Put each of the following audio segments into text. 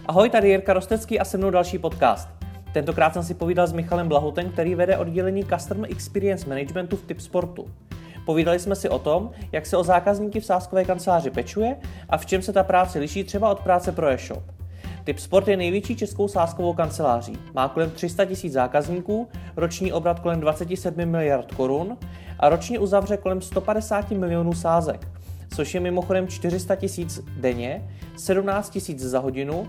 Ahoj, tady Jirka Rostecký a se mnou další podcast. Tentokrát jsem si povídal s Michalem Blahutem, který vede oddělení Customer Experience Managementu v Tipsportu. Povídali jsme si o tom, jak se o zákazníky v sázkové kanceláři pečuje a v čem se ta práce liší třeba od práce pro e-shop. Tipsport je největší českou sázkovou kanceláří. Má kolem 300 000 zákazníků, roční obrat kolem 27 miliard korun a ročně uzavře kolem 150 milionů sázek, což je mimochodem 400 000 denně, 17 000 za hodinu,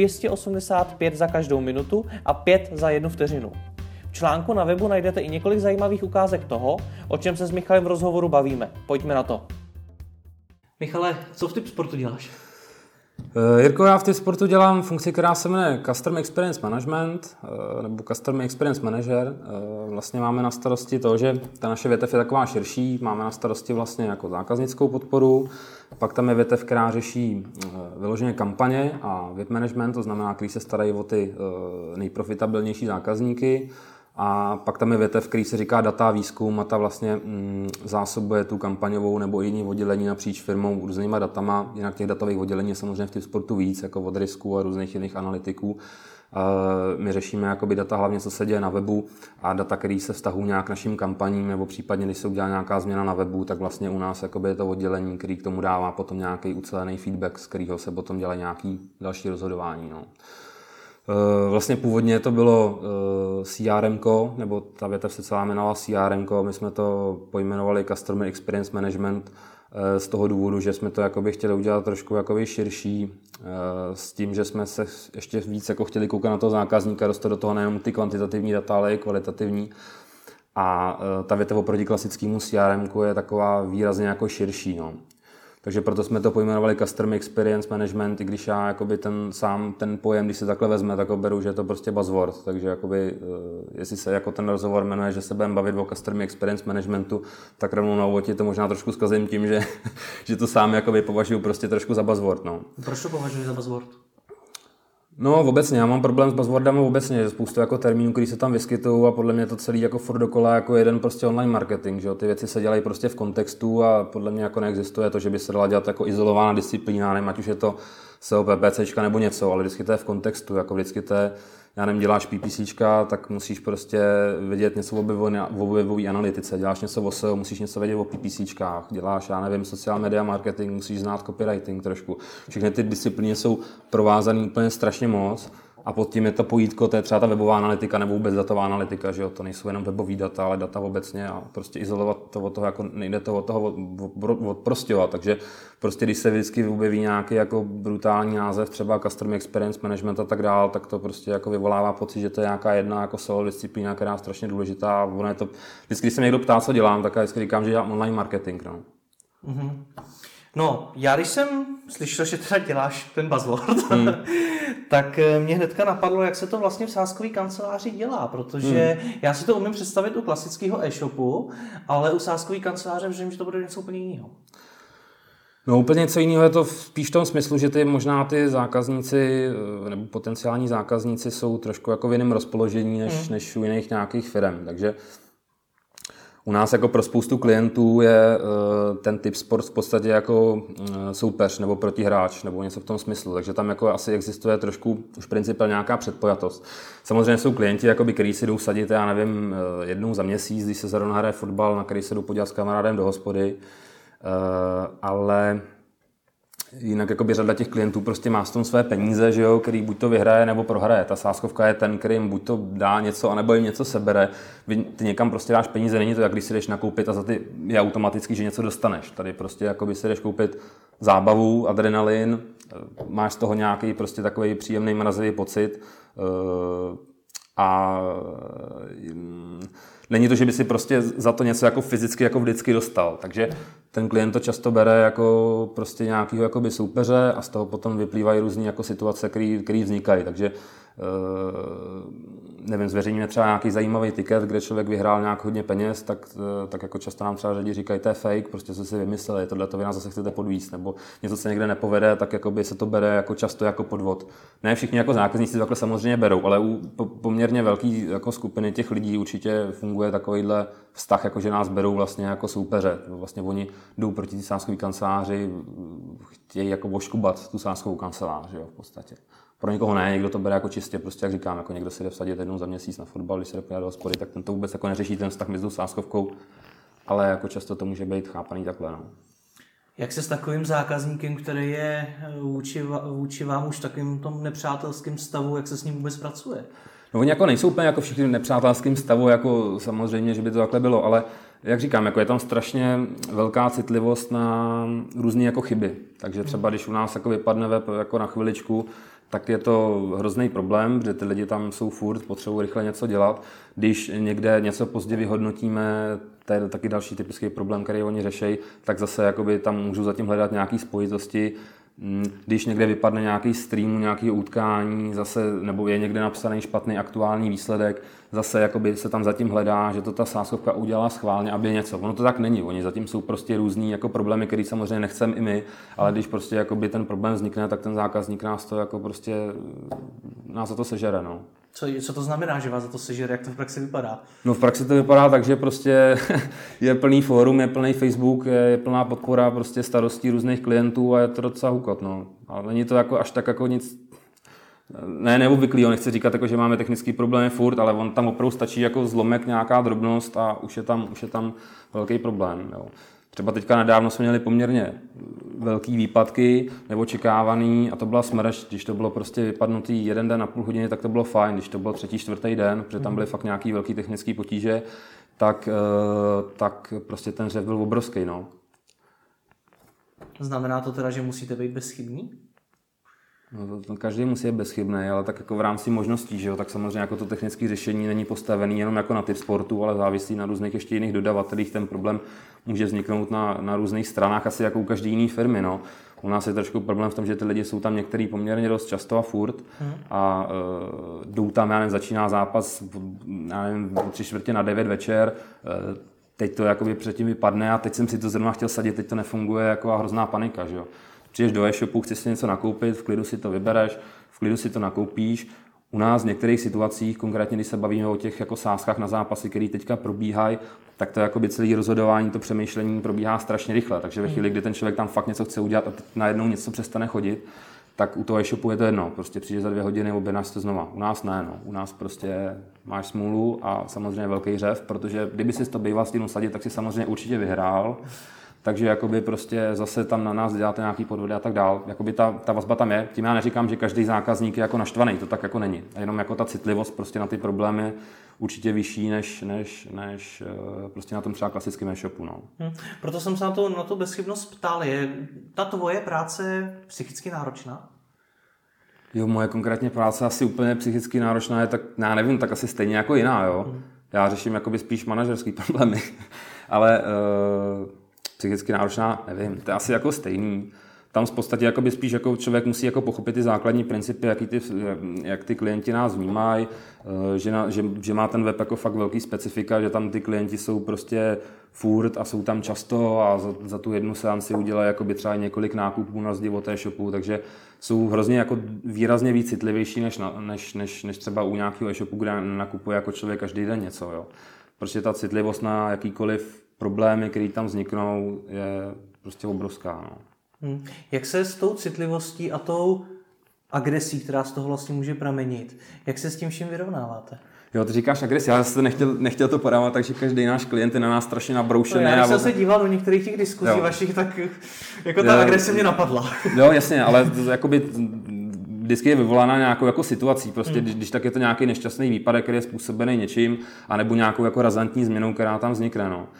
285 za každou minutu a 5 za 1 vteřinu. V článku na webu najdete i několik zajímavých ukázek toho, o čem se s Michalem v rozhovoru bavíme. Pojďme na to. Michale, co v Tipsportu děláš? Jirko, já v Tipsportu dělám funkci, která se jmenuje Customer Experience Management nebo Customer Experience Manager. Vlastně máme na starosti to, že ta naše větev je taková širší, máme na starosti vlastně jako zákaznickou podporu, pak tam je větev, která řeší vyloženě kampaně a web management, to znamená, který se starají o ty nejprofitabilnější zákazníky. A pak tam je větev, který se říká data a výzkum a ta vlastně zásobuje tu kampaňovou nebo jiný oddělení napříč firmou různýma datama. Jinak těch datových oddělení je samozřejmě v Tipsportu víc, jako od risku a různých jiných analytiků. My řešíme jakoby data hlavně, co se děje na webu a data, které se vztahují nějak k našim kampaním, nebo případně, když se udělá nějaká změna na webu, tak vlastně u nás jakoby je to oddělení, který k tomu dává potom nějaký ucelený feedback, z kterého se potom dělají nějaký další rozhodování. No. Vlastně původně to bylo CRM-ko, nebo ta větev se celá jmenovala CRM-ko, my jsme to pojmenovali Customer Experience Management z toho důvodu, že jsme to jakoby chtěli udělat trošku jakoby širší, s tím, že jsme se ještě víc jako chtěli koukat na toho zákazníka, dostat do toho nejenom ty kvantitativní data, ale i kvalitativní. A ta větev oproti klasickému CRM-ku je taková výrazně jako širší. No. Takže proto jsme to pojmenovali Customer Experience Management, i když já jakoby ten pojem, když se takhle vezme, tak ho beru, že je to prostě buzzword. Takže jakoby, jestli se jako ten rozhovor jmenuje, že se budeme bavit o Customer Experience Managementu, tak rovnou na úvod to možná trošku zkazím tím, že to sám jakoby považuji prostě trošku za buzzword. No. Proč to považuješ za buzzword? No obecně, já mám problém s buzzwordem obecně, že spoustu jako termínů, který se tam vyskytují a podle mě to celý jako furt dokola jako jeden prostě online marketing, že jo? Ty věci se dělají prostě v kontextu a podle mě jako neexistuje to, že by se dala dělat jako izolovaná disciplína, nevím, ať už je to SEO, PPCčka nebo něco, ale vždycky to je v kontextu, jako vždycky to je, já nevím, děláš PPCčka, tak musíš prostě vědět něco o webové analytice, děláš něco o SEO, musíš něco vědět o PPCčkách, děláš, já nevím, social media marketing, musíš znát copywriting trošku. Všechny ty disciplíny jsou provázané úplně strašně moc a pod tím je to pojítko, to je třeba ta webová analytika nebo vůbec datová analytika, že jo, to nejsou jenom webový data, ale data obecně a prostě izolovat to od toho, jako nejde to od toho odprosťovat, takže prostě když se vždycky objeví nějaký jako brutální název, třeba Customer Experience Management a tak dál, tak to prostě jako vyvolává pocit, že to je nějaká jedna jako solo disciplína, která je strašně důležitá a ono je to, vždycky, když se někdo ptá, co dělám, tak já vždycky říkám, že dělám online marketing, no. Mm-hmm. No, já když jsem slyšel, že teda děláš ten buzzword, tak mě hnedka napadlo, jak se to vlastně v sázkové kanceláři dělá, protože já si to umím představit u klasického e-shopu, ale u sázkové kanceláře vím, že to bude něco úplně jiného. No úplně něco jiného je to spíš v tom smyslu, že možná ty zákazníci nebo potenciální zákazníci jsou trošku jako v jiném rozpoložení než u jiných nějakých firm, takže u nás jako pro spoustu klientů je ten Tipsport v podstatě jako soupeř nebo protihráč nebo něco v tom smyslu, takže tam jako asi existuje trošku už principálně nějaká předpojatost. Samozřejmě jsou klienti, jakoby, který si jdou sadit, já nevím, jednou za měsíc, když se zrovna hraje fotbal, na který se jdou podívat s kamarádem do hospody, ale jinak jakoby řada těch klientů prostě má s tom své peníze, že jo, který buď to vyhraje nebo prohraje. Ta sázkovka je ten, který jim buď to dá něco, anebo jim něco sebere. Ty někam prostě dáš peníze, není to jak když si jdeš nakoupit a za ty je automaticky, že něco dostaneš. Tady prostě jakoby si jdeš koupit zábavu, adrenalin, máš z toho nějaký prostě takový příjemný mrazivý pocit a není to, že by si prostě za to něco jako fyzicky jako vždycky dostal. Takže ten klient to často bere jako prostě nějakýho jakoby soupeře a z toho potom vyplývají různé jako situace, které vznikají. Takže nevím, zveřejníme třeba nějaký zajímavý tiket, kde člověk vyhrál nějak hodně peněz, tak jako často nám třeba lidi říkají, to je fake, prostě jste si vymysleli, tohle vy nás zase chcete podvíct, nebo něco se někde nepovede, tak jakoby se to bere jako často jako podvod. Ne všichni jako zákazníci to takhle samozřejmě berou, ale u poměrně velký jako skupiny těch lidí určitě funguje takovýhle vztah, jako že nás berou vlastně jako soupeře. Vlastně oni jdou proti té sázkové kanceláři, chtějí jako oškubat tu sázkovou kancelář, jo, v podstatě. Pro někoho ne, někdo to bere jako čistě, prostě jak říkám, jako někdo si jde vsadit jednou za měsíc na fotbal, když se jde podívat do hospody, tak ten to vůbec jako neřeší ten vztah mezi tou sázkovkou, ale jako často to může být chápaný takhle. No. Jak se s takovým zákazníkem, který je vůči vám už v takovým tom nepřátelském stavu, jak se s ním vůbec pracuje? No oni jako nejsou úplně jako všichni v nepřátelském stavu, jako samozřejmě, že by to takhle bylo, ale jak říkám, jako je tam strašně velká citlivost na různé jako chyby. Takže třeba když u nás jako vypadne web jako na chviličku, tak je to hrozný problém, protože ty lidi tam jsou furt, potřebují rychle něco dělat. Když někde něco pozdě vyhodnotíme, to je taky další typický problém, který oni řeší, tak zase jakoby tam můžu zatím hledat nějaké spojitosti. Když někde vypadne nějaký stream, nějaký utkání, zase, nebo je někde napsaný špatný aktuální výsledek, zase jakoby se tam zatím hledá, že to ta sázkovka udělala schválně, aby něco. Ono to tak není, oni zatím jsou prostě různý jako problémy, které samozřejmě nechceme i my, ale když prostě jakoby ten problém vznikne, tak ten zákazník nás to jako prostě nás za to sežere. No. Co to znamená, že vás za to sežere, jak to v praxi vypadá? No v praxi to vypadá tak, že prostě je plný fórum, je plný Facebook, je plná podpora prostě starostí různých klientů a je to docela hukot, no. Ale není to jako až tak jako nic neobvyklý, nechci říkat, jako, že máme technický problémy furt, ale on tam opravdu stačí jako zlomek, nějaká drobnost a už je tam velký problém. Jo. Třeba teďka nedávno jsme měli poměrně velký výpadky, neočekávaný, a to byla smršť. Když to bylo prostě vypadnutý jeden den na půl hodiny, tak to bylo fajn. Když to byl třetí, čtvrtý den, protože tam byly fakt nějaký velký technický potíže, tak prostě ten řev byl obrovský. No. Znamená to teda, že musíte být bezchybní? No, to každý musí být bezchybný, ale tak jako v rámci možností, že jo, tak samozřejmě jako to technické řešení není postavený jenom jako na typ sportu, ale závisí na různých ještě jiných dodavatelích. Ten problém může vzniknout na různých stranách, asi jako u každé jiné firmy. No. U nás je trošku problém v tom, že ty lidi jsou tam některý poměrně dost často a furt a jdou tam, já nevím, začíná zápas, já nevím, 8:45 večer, teď to jakoby předtím vypadne a teď jsem si to zrovna chtěl sadit, teď to nefunguje, jako a hrozná panika, že jo. Přijdeš do e-shopu, chceš si něco nakoupit, v klidu si to vybereš, v klidu si to nakoupíš. U nás v některých situacích, konkrétně když se bavíme o těch jako sázkách na zápasy, které teďka probíhají, tak to jakoby celé rozhodování, to přemýšlení probíhá strašně rychle. Takže ve chvíli, kdy ten člověk tam fakt něco chce udělat a teď najednou něco přestane chodit, tak u toho e-shopu je to jedno. Prostě přijde za 2 hodiny, objednáš to znova. U nás ne, no. U nás prostě máš smůlu a samozřejmě velký řev, protože kdyby si to býval stihnout sadit, tak si samozřejmě určitě vyhrál. Takže jakoby prostě zase tam na nás děláte nějaký podvody a tak dál. Jakoby ta vazba tam je. Tím já neříkám, že každý zákazník je jako naštvaný, to tak jako není. A jenom jako ta citlivost prostě na ty problémy je určitě vyšší než prostě na tom třeba klasickém e-shopu. No. Proto jsem se na tu bezchybnost ptal. Je ta tvoje práce psychicky náročná? Jo, moje konkrétně práce asi úplně psychicky náročná je, tak já nevím, tak asi stejně jako jiná, jo. Já řeším jakoby spíš manažerský problémy, ale psychicky náročná, nevím, to je asi jako stejný. Tam v podstatě jakoby spíš jako člověk musí jako pochopit ty základní principy, jak ty klienti nás vnímají, že má ten web jako fakt velký specifika, že tam ty klienti jsou prostě furt a jsou tam často a za tu jednu seanci udělají jakoby třeba několik nákupů na zdi od e-shopu, takže jsou hrozně jako výrazně víc citlivější než třeba u nějakého e-shopu, kde nakupuje jako člověk každý den něco, jo. Protože ta citlivost na jakýkoliv problémy, které tam vzniknou, je prostě obrovská. No. Jak se s tou citlivostí a tou agresí, která z toho vlastně může pramenit, jak se s tím vším vyrovnáváte? Jo, ty říkáš agresi, já jsem nechtěl to podávat, takže každý náš klient je na nás strašně nabroušený. No, já jsem se díval do některých těch diskuzí vašich, tak jako ta agrese mě napadla. Jo, jasně, ale jakoby vždycky je vyvolána nějakou jako situací, prostě když tak je to nějaký nešťastný výpadek, který je způsobený něčím, anebo nějakou jako razantní změnou, která tam vznikne, no.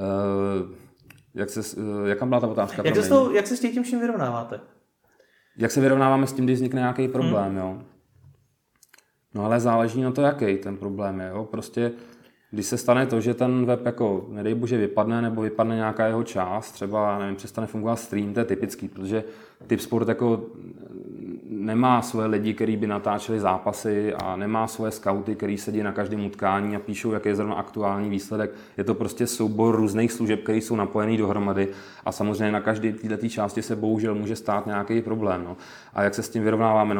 Jaká byla ta otázka? Jak se s tím vším vyrovnáváte? Jak se vyrovnáváme s tím, když vznikne nějaký problém, jo? No ale záleží na to, jaký ten problém je, jo? Prostě když se stane to, že ten web jako, nedej bože, vypadne, nebo vypadne nějaká jeho část, třeba, nevím, přestane fungovat stream, to je typický, protože typ sport jako nemá svoje lidi, kteří by natáčeli zápasy a nemá svoje skauty, kteří sedí na každém utkání a píšou, jaký je zrovna aktuální výsledek. Je to prostě soubor různých služeb, které jsou napojený dohromady a samozřejmě na každé této části se bohužel může stát nějaký problém. No. A jak se s tím vyrovnáváme?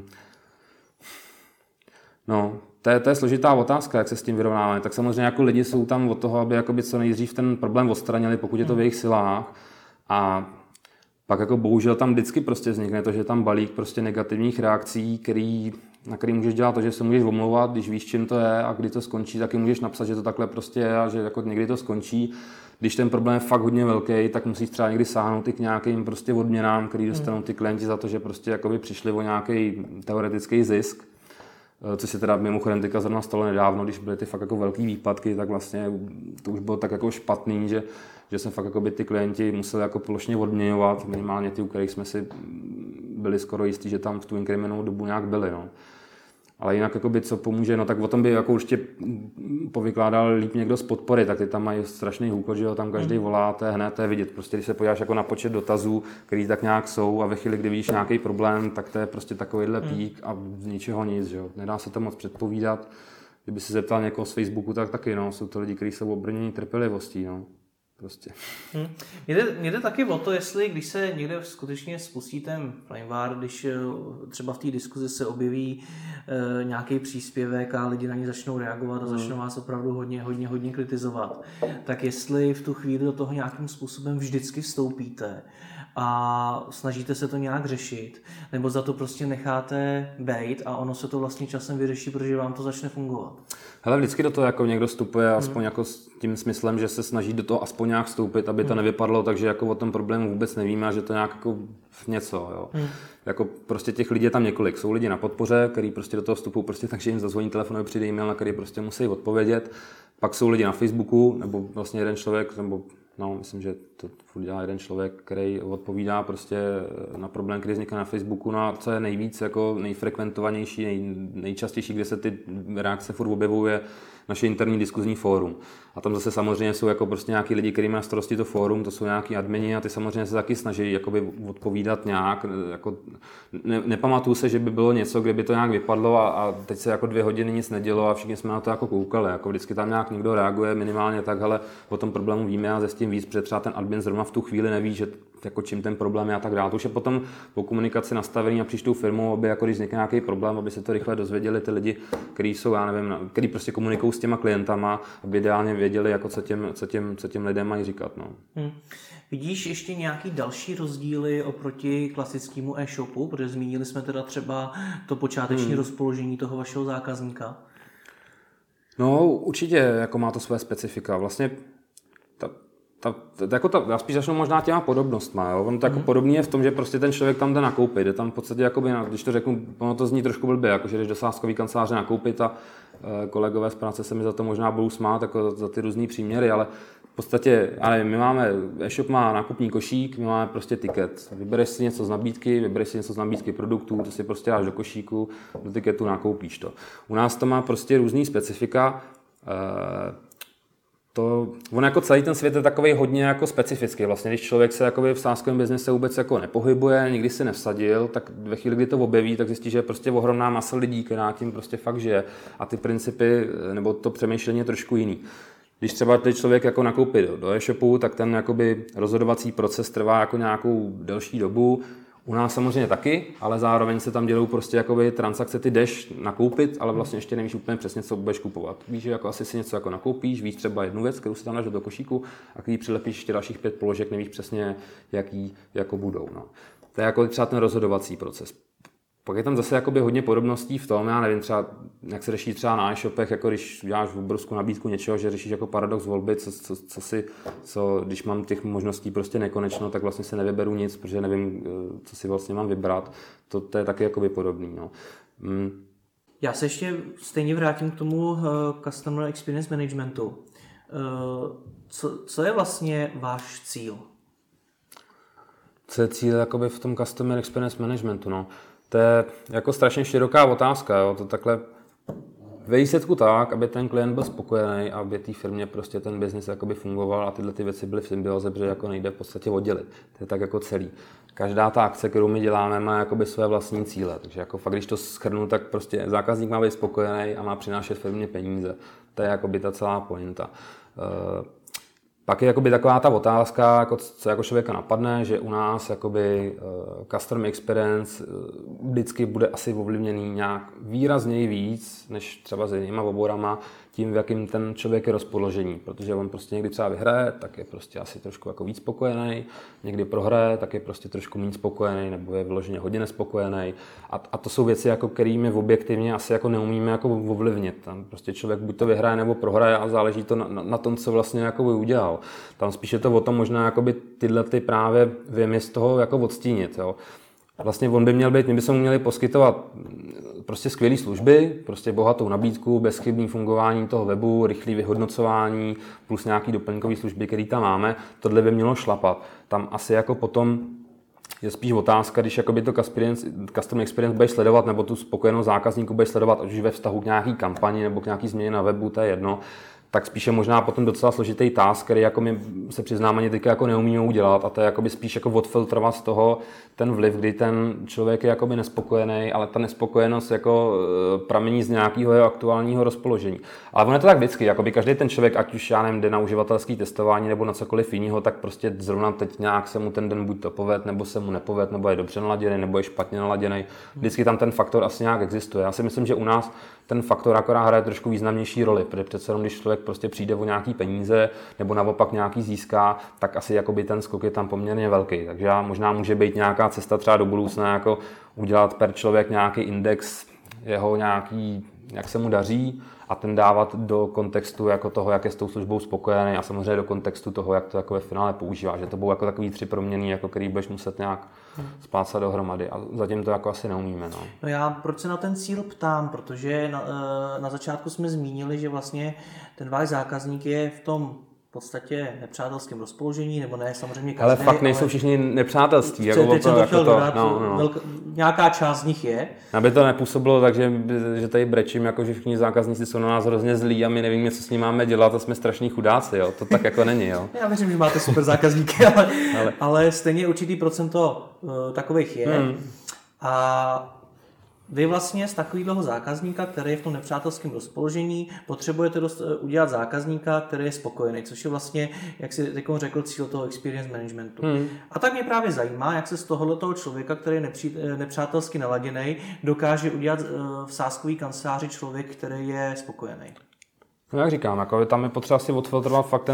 No, to je složitá otázka, jak se s tím vyrovnáváme. Tak samozřejmě jako lidi jsou tam od toho, aby jakoby co nejdřív ten problém odstranili, pokud je to v jejich silách. A pak jako bohužel tam vždycky prostě vznikne to, že tam balík prostě negativních reakcí, na který můžeš dělat to, že se můžeš omlouvat, když víš, čím to je a kdy to skončí, taky můžeš napsat, že to takhle prostě je a že jako někdy to skončí. Když ten problém je fakt hodně velký, tak musíš třeba někdy sáhnout i k nějakým prostě odměnám, který dostanou ty klienti za to, že prostě jakoby přišli o nějaký teoretický zisk. Což se teda mimochodem teďka zrovna stalo nedávno, když byly ty fakt jako velký výpadky, tak vlastně to už bylo tak jako špatný, že jsem fakt jako by ty klienti museli jako plošně odměňovat, minimálně ty, u kterých jsme si byli skoro jistí, že tam v tu inkriminovanou dobu nějak byli. No. Ale jinak, jakoby, co pomůže, no tak o tom by jako určitě povykládal líp někdo z podpory, tak ty tam mají strašný hůkot, že jo, tam každý volá, to je hned, to je vidět. Prostě když se podíváš jako na počet dotazů, který tak nějak jsou a ve chvíli, kdy vidíš nějaký problém, tak to je prostě takovýhle pík a z ničeho nic, že jo. Nedá se to moc předpovídat. Kdyby se zeptal někoho z Facebooku, tak taky, no, jsou to lidi, kteří jsou obrnění trpělivostí, no. Prostě. Mně jde taky o to, jestli když se někde skutečně spustí ten flamewar, když třeba v té diskuzi se objeví nějaký příspěvek a lidi na ně začnou reagovat a začnou vás opravdu hodně kritizovat, tak jestli v tu chvíli do toho nějakým způsobem vždycky vstoupíte a snažíte se to nějak řešit, nebo za to prostě necháte bejt a ono se to vlastně časem vyřeší, protože vám to začne fungovat. Hele, vždycky do toho jako někdo vstupuje aspoň jako s tím smyslem, že se snaží do toho aspoň nějak vstoupit, aby to nevypadlo, takže jako o tom problému vůbec nevíme a že to nějak jako něco, jo. Jako prostě těch lidí je tam několik. Jsou lidi na podpoře, který prostě do toho vstupují prostě tak, že jim zazvoní telefon, přijde e-mail, na který prostě musí odpovědět. Pak jsou lidi na Facebooku, nebo vlastně jeden člověk, nebo no, myslím, že to furt dělá jeden člověk, který odpovídá prostě na problém, který vzniká na Facebooku, no a co je nejvíc jako nejfrekventovanější, nejčastější, kde se ty reakce furt objevují, je naše interní diskuzní fórum. A tam zase samozřejmě jsou jako prostě nějaký lidi, kteří mají na starosti to fórum, to jsou nějaký admini a ty samozřejmě se taky snaží jakoby odpovídat nějak. Jako, nepamatuju se, že by bylo něco, kde by to nějak vypadlo a teď se jako 2 hodiny nic nedělo a všichni jsme na to jako koukali. Jako vždycky tam nějak někdo reaguje minimálně tak, hele, o tom problému víme a ze s tím víc, protože třeba ten admin zrovna v tu chvíli neví, že jako čím ten problém je a tak dále. To už je potom po komunikaci nastavený a příš tu firmu, aby jako když vznikne nějaký problém, aby se to rychle dozvěděli ty lidi, kteří jsou, já nevím, kteří prostě komunikují s těma klientama, aby ideálně věděli, jako co těm lidem mají říkat. No. Vidíš ještě nějaký další rozdíly oproti klasickému e-shopu, protože zmínili jsme teda třeba to počáteční rozpoložení toho vašeho zákazníka? No určitě jako má to své specifika. Vlastně já spíš začnu možná těma podobnostma. Jo? Ono to jako podobný je v tom, že prostě ten člověk tam jde nakoupit. Jde tam v podstatě, jakoby, když to řeknu, ono to zní trošku blbě, jako že jdeš do sázkové kanceláře nakoupit a kolegové z práce se mi za to možná budou smát, jako za ty různý příměry, ale v podstatě, my máme, e-shop má nákupní košík, my máme prostě tiket. Vybereš si něco z nabídky produktů, to si prostě dáš do košíku, do tiketu nakoupíš to. U nás to má prostě různý specifika. On jako celý ten svět je takový hodně jako specifický. Vlastně, když člověk se jakoby v sázkovém biznise vůbec jako nepohybuje, nikdy si nevsadil, tak ve chvíli, kdy to objeví, tak zjistí, že je prostě ohromná masa lidí, která tím prostě fakt žije. A ty principy nebo to přemýšlení je trošku jiný. Když třeba teď člověk jako nakoupí do e-shopu, tak ten jakoby rozhodovací proces trvá jako nějakou delší dobu. U nás samozřejmě taky, ale zároveň se tam dělou prostě jakoby transakce, ty jdeš nakoupit, ale vlastně ještě nevíš úplně přesně, co budeš kupovat. Víš, že jako asi si něco jako nakoupíš, víš třeba jednu věc, kterou si tam dáš do košíku a když přilepíš ještě dalších 5 položek, nevíš přesně, jaký jako budou. No. To je jako třeba ten rozhodovací proces. Pak je tam zase jakoby hodně podobností v tom, já nevím, třeba, jak se řeší třeba na e-shopech, jako když děláš obrovskou nabídku něčeho, že řešíš jako paradox volby, když mám těch možností prostě nekonečno, tak vlastně se nevyberu nic, protože nevím, co si vlastně mám vybrat. To je taky jakoby podobný. No. Já se ještě stejně vrátím k tomu Customer Experience Managementu. Co je vlastně váš cíl? Co je cíl jakoby v tom Customer Experience Managementu? No? To je jako strašně široká otázka. Jo? To takhle ve výsledku tak, aby ten klient byl spokojený, aby té firmě prostě ten biznis jakoby fungoval a tyhle ty věci byly v symbioze, protože jako nejde v podstatě oddělit. To je tak jako celý. Každá ta akce, kterou my děláme, má jakoby své vlastní cíle. Takže jako fakt, když to shrnu, tak prostě zákazník má být spokojený a má přinášet firmě peníze. To je jakoby ta celá pointa. Pak je jakoby taková ta otázka, jako co jako člověka napadne, že u nás jakoby customer experience vždycky bude asi ovlivněný nějak výrazněji víc, než třeba s jinýma oborama, tím, v jakým ten člověk je rozpoložení, protože on prostě někdy třeba vyhraje, tak je prostě asi trošku jako víc spokojený, někdy prohraje, tak je prostě trošku méně spokojený, nebo je vyloženě hodně nespokojený. A to jsou věci, jako kterými objektivně asi jako neumíme jako ovlivnit. Tam prostě člověk buď to vyhraje nebo prohraje a záleží to na tom, co vlastně jako udělal. Tam spíš je to o tom možná jakoby tyhle ty právě věmy z toho jako odstínit. Jo. Vlastně on by měl být, my bychom mu měli poskytovat prostě skvělé služby, prostě bohatou nabídku, bezchybný fungování toho webu, rychlé vyhodnocování, plus nějaký doplňkové služby, které tam máme. Tohle by mělo šlapat. Tam asi jako potom je spíš otázka, když jakoby to customer experience budeš sledovat, nebo tu spokojenost zákazníků budeš sledovat, ať už ve vztahu k nějaký kampani nebo k nějaký změně na webu, to je jedno, tak spíše možná potom docela složitý task, který jako my se přiznáme, ani teďka jako neumíme udělat, a to je jakoby spíš jako odfiltrovat z toho ten vliv, kdy ten člověk je jakoby nespokojený, ale ta nespokojenost jako pramení z nějakého jeho aktuálního rozpoložení. Ale ono je to tak vždycky, jakoby každý ten člověk, ať už já nevím, jde na uživatelské testování nebo na cokoliv jiného, tak prostě zrovna teď nějak se mu ten den buď to poved, nebo se mu nepoved, nebo je dobře naladěný, nebo je špatně naladěný. Vždycky tam ten faktor asi nějak existuje. Já si myslím, že u nás ten faktor akorát hraje trošku významnější roli, protože přece jenom, když člověk prostě přijde o nějaký peníze nebo naopak nějaký získá, tak asi jakoby ten skok je tam poměrně velký. Takže možná může být nějaká cesta třeba do budoucna jako udělat per člověk nějaký index jeho nějaký, jak se mu daří, a ten dávat do kontextu jako toho, jak je s tou službou spokojený, a samozřejmě do kontextu toho, jak to jako ve finále používá, že to budou jako takový 3 proměny, jako který budeš muset nějak splácat dohromady, a zatím to jako asi neumíme. No já proč se na ten cíl ptám, protože na začátku jsme zmínili, že vlastně ten váš zákazník je v tom v podstatě nepřátelském rozpoložení, nebo ne, samozřejmě každý. Ale fakt nejsou všichni nepřátelství. Jako teď jsem to chtěl dodat, nějaká část z nich je. Aby to nepůsobilo tak, že tady brečím, jako že všichni zákazníci jsou na nás hrozně zlí a my nevíme, co s ním máme dělat a jsme strašní chudáci. Jo? To tak jako není. Jo? Já věřím, že máte super zákazníky, ale stejně určitý procento takových je. A vy vlastně z takového zákazníka, který je v tom nepřátelském rozpoložení, potřebujete udělat zákazníka, který je spokojený, což je vlastně, jak si teď řekl, cíl toho experience managementu. A tak mě právě zajímá, jak se z tohoto člověka, který je nepřátelsky naladěný, dokáže udělat v sázkové kanceláři člověk, který je spokojený. No jak říkám, jako tam je potřeba si odfiltrovat fakt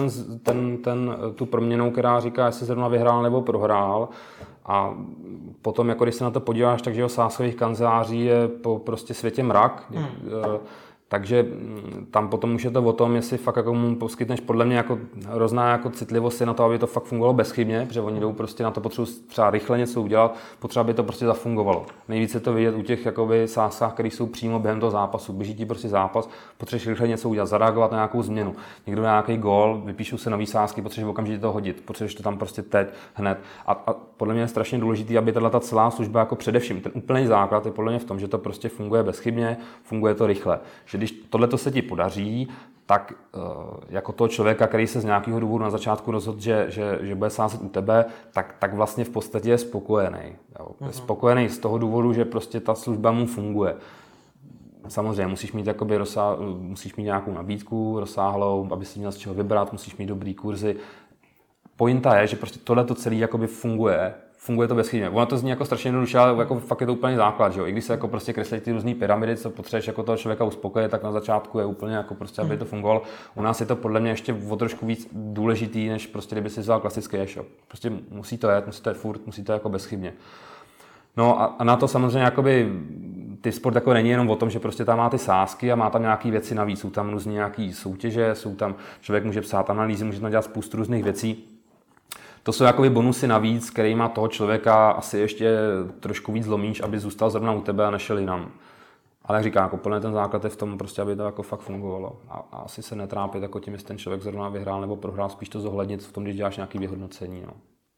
tu proměnou, která říká, jestli zrovna vyhrál nebo prohrál. A potom, jako když se na to podíváš, takže o sázkových kanceláří je po prostě světě mrak. Takže tam potom už je to o tom, jestli fakt jako mu poskytneš podle mě jako hrozná jako citlivost na to, aby to fakt fungovalo bezchybně, protože oni jdou prostě na to, potřebují třeba rychle něco udělat, potřeba, aby to prostě zafungovalo. Nejvíce to vidět u těch jakoby sázkách, které jsou přímo během toho zápasu. Běží ti prostě zápas, potřebuješ rychle něco udělat, zareagovat na nějakou změnu. Někdo dá nějaký gól, vypíšou se nový sázky, potřebuješ okamžitě to hodit, potřebuješ to tam prostě teď, hned. A podle mě je strašně důležité, aby ta celá služba jako především ten úplný základ je podle mě v tom, že to prostě funguje bezchybně, funguje to rychle. Že když tohle se ti podaří, tak jako toho člověka, který se z nějakého důvodu na začátku rozhodl, že bude sázet u tebe, tak vlastně v podstatě je spokojený. Je spokojený z toho důvodu, že prostě ta služba mu funguje. Samozřejmě musíš mít nějakou nabídku rozsáhlou, aby si měl z čeho vybrat, musíš mít dobrý kurzy. Pointa je, že prostě tohle to celé jakoby funguje to bezchybně. Ono to zní jako strašně jednoduše, ale jako fakt je to úplně základ, že jo. I když se jako prostě kreslí ty různé pyramidy, co potřebuješ jako toho člověka uspokojit, tak na začátku je úplně jako prostě, aby to fungovalo. U nás je to podle mě ještě o trošku víc důležitý, než prostě kdyby si vzal klasický e-shop. Prostě musí to jet furt, musí to jako bezchybně. No a na to samozřejmě jakoby ty sport jako není jenom o tom, že prostě tam má ty sázky a má tam nějaké věci navíc. Jsou tam různé nějaké soutěže, člověk může psát analýzy, může tam dělat spoustu různých věcí. To jsou jakoby bonusy navíc, kterýma toho člověka asi ještě trošku víc zlomíš, aby zůstal zrovna u tebe a nešel jinam. Ale jak říkám, jako plně ten základ je v tom, prostě, aby to jako fakt fungovalo. A asi se netrápit jako tím, jestli ten člověk zrovna vyhrál nebo prohrál, spíš to zohlednit v tom, když děláš nějaké vyhodnocení. No.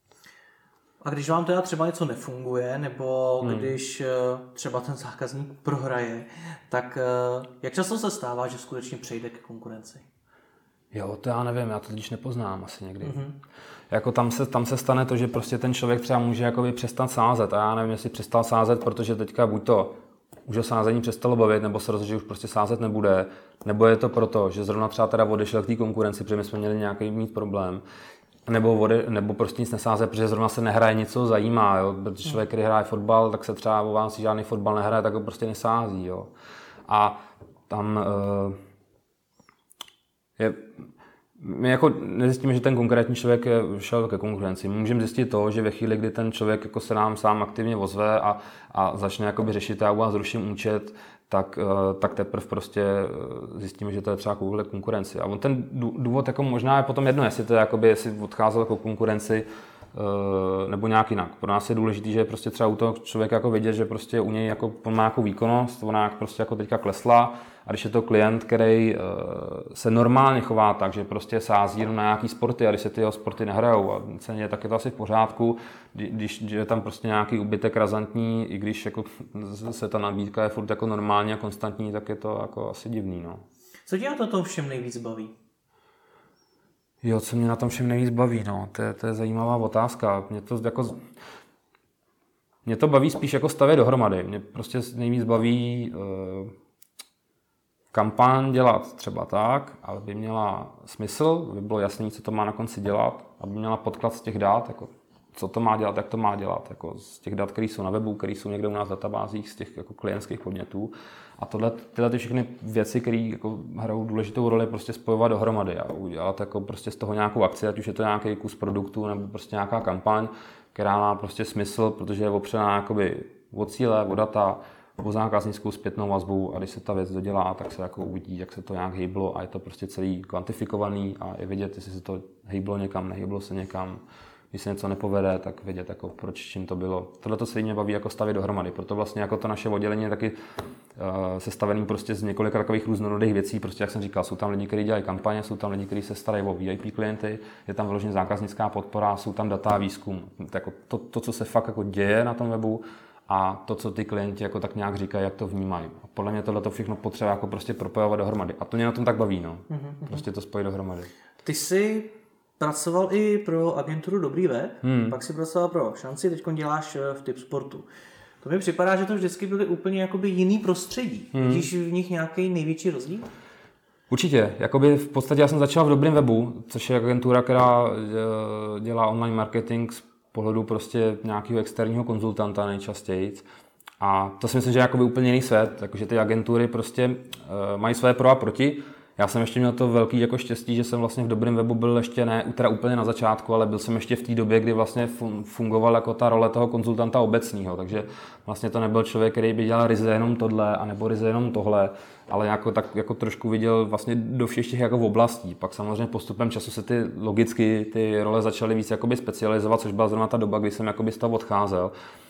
A když vám teda třeba něco nefunguje, nebo když třeba ten zákazník prohraje, tak jak často se stává, že skutečně přejde ke konkurenci? Jo, to já nevím, já to totiž nepoznám asi někdy. Jako tam se stane to, že prostě ten člověk třeba může jakoby přestat sázet a já nevím, jestli přestal sázet, protože teďka buď to už ho sázení přestalo bavit, nebo se rozhodl, že už prostě sázet nebude, nebo je to proto, že zrovna třeba teda odešel k té konkurenci, protože my jsme měli nějaký mít problém, nebo prostě nic nesáze, protože zrovna se nehraje nic, co zajímá, jo? Protože člověk, který hraje fotbal, tak se třeba o vás žádný fotbal nehraje, tak ho prostě nesází. Jo? A tam my jako nezjistíme, že ten konkrétní člověk šel ke konkurenci. My můžeme zjistit to, že ve chvíli, kdy ten člověk jako se nám sám aktivně ozve a začne jakoby řešit, já u vás zruším účet, tak teprve prostě zjistíme, že to je třeba kvůli konkurenci. A on ten důvod jako možná je potom jedno, jestli to je jakoby, jestli odcházel jako konkurenci nebo nějak jinak. Pro nás je důležité, že prostě třeba u toho člověka jako vidět, že prostě u něj jako on má jako výkonnost, ona jak prostě jako teďka klesla, a když je to klient, který se normálně chová tak, že prostě sází jenom na nějaký sporty a když se ty jeho sporty nehrajou a ceně, tak je to asi v pořádku, když je tam prostě nějaký úbytek razantní, i když jako se ta nabídka je furt jako normální a konstantní, tak je to jako asi divný. No. Co tě na tom všem nejvíc baví? Jo, co mě na tom všem nejvíc baví, no, to je zajímavá otázka. Mě to baví spíš jako stavět dohromady. Mě prostě nejvíc baví kampaň dělat třeba tak, aby měla smysl, aby bylo jasné, co to má na konci dělat, aby měla podklad z těch dat, jako co to má dělat, jak to má dělat, jako z těch dat, které jsou na webu, které jsou někde u nás v databázích, z těch jako klientských podnětů. A tyhle ty všechny věci, které jako hrajou důležitou roli, prostě spojovat dohromady a udělat jako prostě z toho nějakou akci, ať už je to nějaký kus produktu nebo prostě nějaká kampaň, která má prostě smysl, protože je opřená jakoby o cíle, o data, o zákaznickou zpětnou vazbu a když se ta věc dodělá, tak se jako uvidí, jak se to nějak hejblo a je to prostě celý kvantifikovaný a je vidět, jestli se to hejblo někam, nehejblo se někam. Když se něco nepovede, tak vědět, jako proč, čím to bylo. Tohle to se mě baví jako stavět dohromady. Proto vlastně jako to naše oddělení je taky sestavený prostě z několika takových různorodých věcí. Prostě jak jsem říkal, jsou tam lidi, kteří dělají kampaně, jsou tam lidi, kteří se starají o VIP klienty, je tam vyloženě zákaznická podpora, jsou tam data a výzkum. Jako to, co se fakt jako děje na tom webu a to, co ty klienti jako tak nějak říkají, jak to vnímají. A podle mě tohle to všechno potřeba jako prostě propojovat dohromady. A to mě na tom tak baví, no. Prostě to spojit dohromady. Ty jsi pracoval i pro agenturu Dobrý web, pak si pracoval pro Šanci, teď děláš v Tipsportu. To mi připadá, že to vždycky byly úplně jakoby jiný prostředí. Vidíš v nich nějaký největší rozdíl? Určitě. Jakoby v podstatě já jsem začal v Dobrým webu, což je agentura, která dělá online marketing z pohledu prostě nějakého externího konzultanta nejčastěji. A to si myslím, že je jakoby úplně jiný svět, takže ty agentury prostě mají své pro a proti. Já jsem ještě měl to velký jako štěstí, že jsem vlastně v Dobrým webu byl ještě ne teda úplně na začátku, ale byl jsem ještě v té době, kdy vlastně fungoval jako ta role toho konzultanta obecného, takže vlastně to nebyl člověk, který by dělal ryze jenom tohle, anebo ryze jenom tohle, ale jako, tak jako trošku viděl vlastně do všech těch jako oblastí. Pak samozřejmě postupem času se logicky ty role začaly víc jakoby specializovat, což byla zrovna ta doba, kdy jsem jakoby z toho odcházel.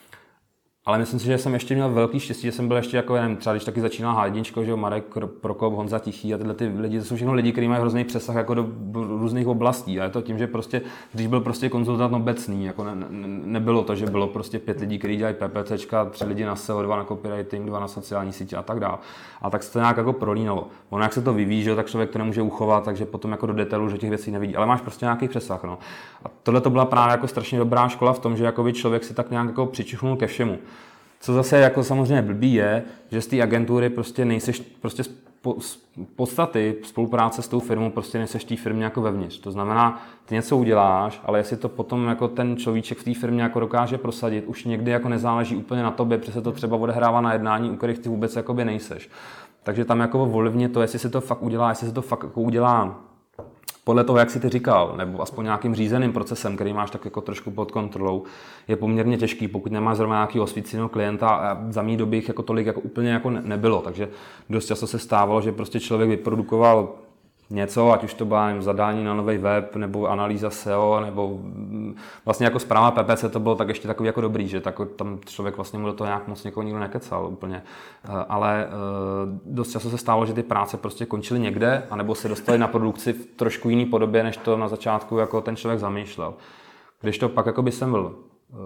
Ale myslím si, že jsem ještě měl velký štěstí, že jsem byl ještě jako, nevím, třeba když taky začínal H1, že Marek Prokop, Honza Tichý a tyhle ty lidi, to jsou všechno lidi, kteří mají hrozný přesah jako do různých oblastí. A je to tím, že prostě, když byl prostě konzultant obecný, jako nebylo to, že bylo prostě 5 lidí, kteří dělají PPCčka, 3 lidi na SEO, 2 na copywriting, 2 na sociální sítě a tak dále. A tak se to nějak jako prolínalo. Ono jak se to vyvíjí, že tak člověk to nemůže uchovat, takže potom jako do detailu, že těch věcí nevidí, ale máš prostě nějaký přesah, no. A tohle to byla právě jako strašně dobrá škola v tom, že jako člověk si tak nějak jako přičichnul ke všemu. Co zase jako samozřejmě blbý je, že z té agentury prostě nejseš prostě z podstaty spolupráce s tou firmou prostě nejseš v té firmě jako vevnitř. To znamená, ty něco uděláš, ale jestli to potom jako ten človíček v té firmě jako dokáže prosadit, už někdy jako nezáleží úplně na tobě, protože se to třeba odehrává na jednání, u kterých ty vůbec jakoby nejseš. Takže tam jako ovlivně to, jestli se to fakt udělá, jestli se to fakt jako udělá podle toho, jak jsi ty říkal, nebo aspoň nějakým řízeným procesem, který máš tak jako trošku pod kontrolou, je poměrně těžký, pokud nemáš zrovna nějakého osvíceného klienta a za mý doby jich jako tolik jako úplně jako nebylo, takže dost často se stávalo, že prostě člověk vyprodukoval něco, ať už to bylo zadání na nový web, nebo analýza SEO, nebo vlastně jako zpráva PPC to bylo tak ještě takový jako dobrý, že tak, tam člověk vlastně mu do toho nějak moc někoho nikdo nekecal úplně. Ale dost často se stalo, že ty práce prostě končily někde, anebo se dostaly na produkci v trošku jiný podobě, než to na začátku jako ten člověk zamýšlel. Když to pak jako by jsem byl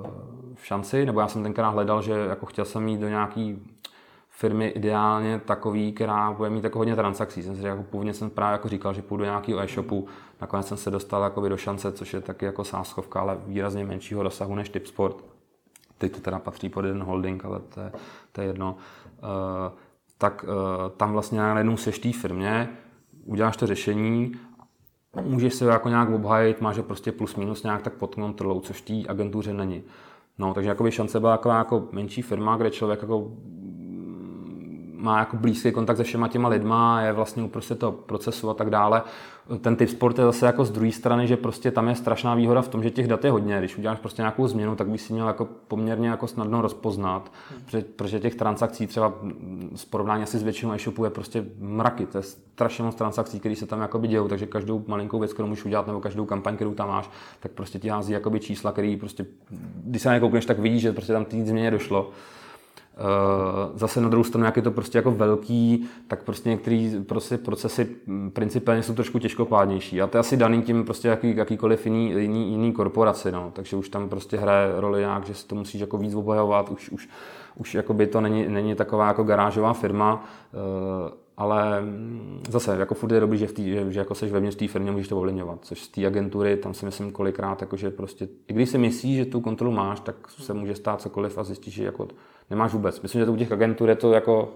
v Šanci, nebo já jsem tenkrát hledal, že jako chtěl jsem jít do nějaký firmy ideálně takový, která bude mít jako hodně transakcí. Jsem si jako původně jsem právě jako říkal, že půjdu do nějakého e-shopu, nakonec jsem se dostal jakoby do Šance, což je taky jako sázkovka, ale výrazně menšího rozsahu než Tipsport. teď to teda patří pod jeden holding, ale to je jedno, tak tam vlastně najednou seš v té firmě, uděláš to řešení, můžeš se jako nějak obhájit, máš ho prostě plus minus nějak tak pod kontrolou, což v té agentuře není. No, takže jakoby šance byla jako menší firma, kde člověk jako má jako blízký kontakt se všema těma lidma, je vlastně uprostřed toho procesu a tak dále. Ten typ sport je zase jako z druhé strany, že prostě tam je strašná výhoda v tom, že těch dat je hodně. Když uděláš prostě nějakou změnu, tak bys si měl jako poměrně jako snadno rozpoznat, protože těch transakcí třeba z porovnání asi s většinou e-shopů je prostě mraky. To je strašně moc transakcí, které se tam jakoby dějou, takže každou malinkou věc, kterou můžeš udělat, nebo každou kampaň, kterou tam máš, tak prostě ti hází jakoby čísla, které prostě, když se na ně koukneš, tak vidíš, že prostě tam té změně došlo. Zase na druhou stranu, jak je to prostě jako velký, tak prostě některé prostě procesy principiálně jsou trošku těžkopádnější. A to je asi daný tím prostě jakýkoliv jiný korporaci, no. Takže už tam prostě hraje roli nějak, že si to musíš jako víc obhajovat, už jakoby to není taková jako garážová firma, ale zase jako furt je dobrý, že jako seš vevnitř té firmě, můžeš to ovlivňovat, což z té agentury, tam si myslím kolikrát, jakože prostě, i když si myslíš, že tu kontrolu máš, tak se může stát cokoliv a zjistíš, že jako nemáš vůbec. Myslím, že to u těch agentur je to jako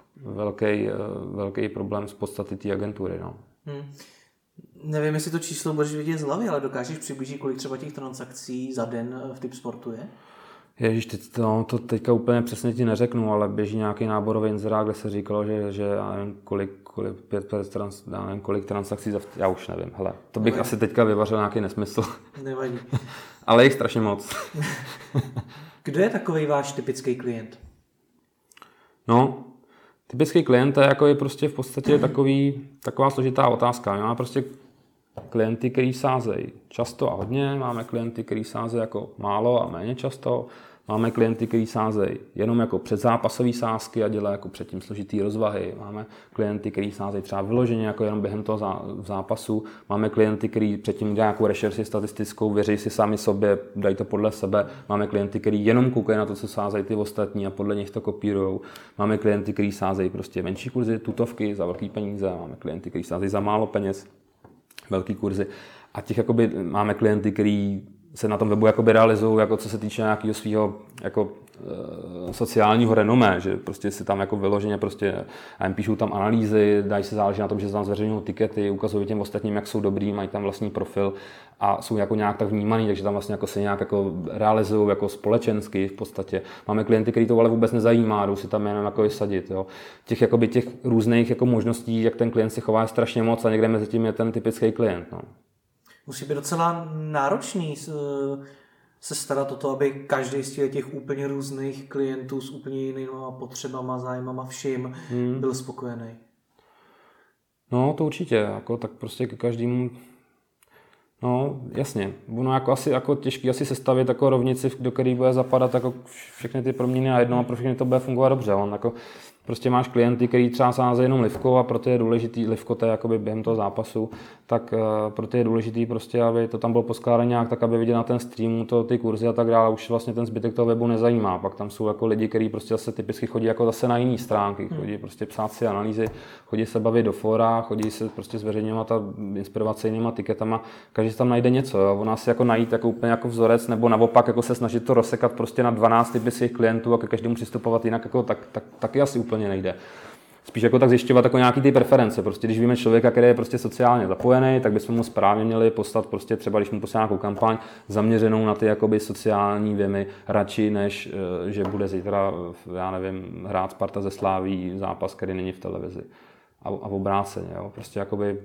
velký problém z podstaty té agentury. No. Nevím, jestli to číslo budeš vidět z hlavy, ale dokážeš přiblížit, kolik třeba těch transakcí za den v Tipsportu je? Ježíš, to teďka úplně přesně ti neřeknu, ale běží nějaký náborový inzerát, kde se říkalo, že já nevím, kolik transakcí já už nevím. Hele, to bych asi teďka vyvařil nějaký nesmysl. Nevadí. Ale jich strašně moc. Kdo je takový váš typický klient? No, typický klient je prostě v podstatě taková složitá otázka. Máme prostě klienty, který sázejí často a hodně, máme klienty, který sázejí jako málo a méně často, máme klienty, který sázejí jenom jako předzápasové sázky a dělají jako předtím složitý rozvahy, máme klienty, který sázejí třeba vyloženě jako jenom během toho zápasu, máme klienty, který předtím dělají nějakou rešerši statistickou, věří si sami sobě, dají to podle sebe, máme klienty, který jenom koukají na to, co sázejí ty ostatní a podle nich to kopírujou, máme klienty, který sázejí prostě menší kurzy, tutovky za velký peníze, máme klienty, který sázejí za málo peněz, velký kurzy. A těch jakoby máme klienty, kteří se na tom webu jakoby realizují, jako co se týče nějakého svého jako sociálního renomé, že prostě si tam jako vyloženě prostě a jim píšou tam analýzy, dají se záleží na tom, že se tam zveřejňují tikety, ukazují těm ostatním, jak jsou dobrý, mají tam vlastní profil a jsou jako nějak tak vnímaný, takže tam vlastně jako se nějak jako realizují jako společensky v podstatě. Máme klienty, který to ale vůbec nezajímá, jdou si tam jenom jako vysadit, jo. Těch různých jako možností, jak ten klient se chová, je strašně moc a někde mezi tím je ten typický klient, no. Musí být docela náročný se starat o to, aby každý z těch úplně různých klientů s úplně jinými potřebama, zájmama, vším byl spokojený. No, to určitě, jako, tak prostě k každému, no, jasně, ono jako asi jako těžký asi sestavit jako rovnici, do které bude zapadat jako všechny ty proměny a jednou a pro všechny to bude fungovat dobře. On jako prostě máš klienty, který třeba sázejí jenom livkou a proto je důležitý, livko to je jakoby během toho zápasu, tak proto je důležitý prostě, aby to tam bylo poskládané nějak tak, aby vidět na ten streamu ty kurzy a tak dále, už vlastně ten zbytek toho webu nezajímá. Pak tam jsou jako lidi, kteří prostě zase typicky chodí jako zase na jiné stránky, chodí prostě psát si analýzy, chodí se bavit do fóra, chodí se prostě zveřejňovat a inspirovat se jinýma tiketama, každý tam najde něco, jo. On asi jako najít jako úplně jako vzorec nebo naopak jako se snažit to rozsekat prostě na 12 typických klientů a ke každému přistupovat jinak jako taky asi úplně nejde. Spíš jako tak zjišťovat jako nějaký ty preference. Prostě když víme člověka, který je prostě sociálně zapojený, tak bychom mu správně měli poslat prostě třeba, když mu poslat nějakou kampaň zaměřenou na ty jakoby sociální věmy, radši než že bude zítra, já nevím, hrát Sparta ze Sláví zápas, který není v televizi. A obráceně, jo. Prostě jakoby